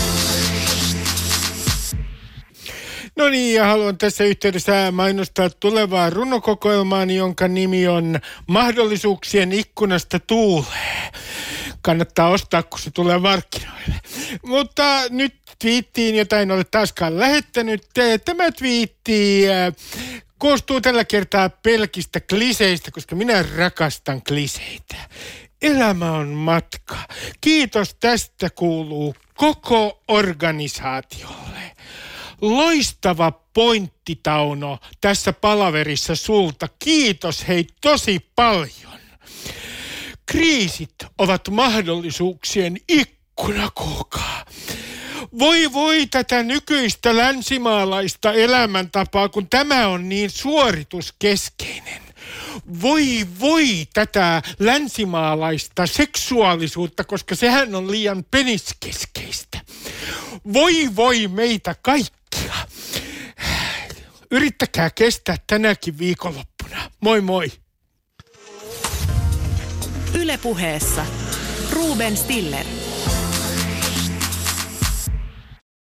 No niin, ja haluan tässä yhteydessä mainostaa tulevaa runokokoelmaani, jonka nimi on Mahdollisuuksien ikkunasta tuulee. Kannattaa ostaa, kun se tulee markkinoille. Mutta nyt twiittiin, jota en ole taaskaan lähettänyt. Tämä twiitti koostuu tällä kertaa pelkistä kliseistä, koska minä rakastan kliseitä. Elämä on matka. Kiitos tästä kuuluu koko organisaatiolle. Loistava pointti, Tauno, tässä palaverissa sulta. Kiitos hei tosi paljon. Kriisit ovat mahdollisuuksien ikkuna, kuulkaa. Voi voi tätä nykyistä länsimaalaista elämäntapaa, kun tämä on niin suorituskeskeinen. Voi voi tätä länsimaalaista seksuaalisuutta, koska sehän on liian peniskeskeistä. Voi voi meitä kaikkia. Yrittäkää kestää tänäkin viikonloppuna. Moi moi. Yle Puheessa Ruben Stiller.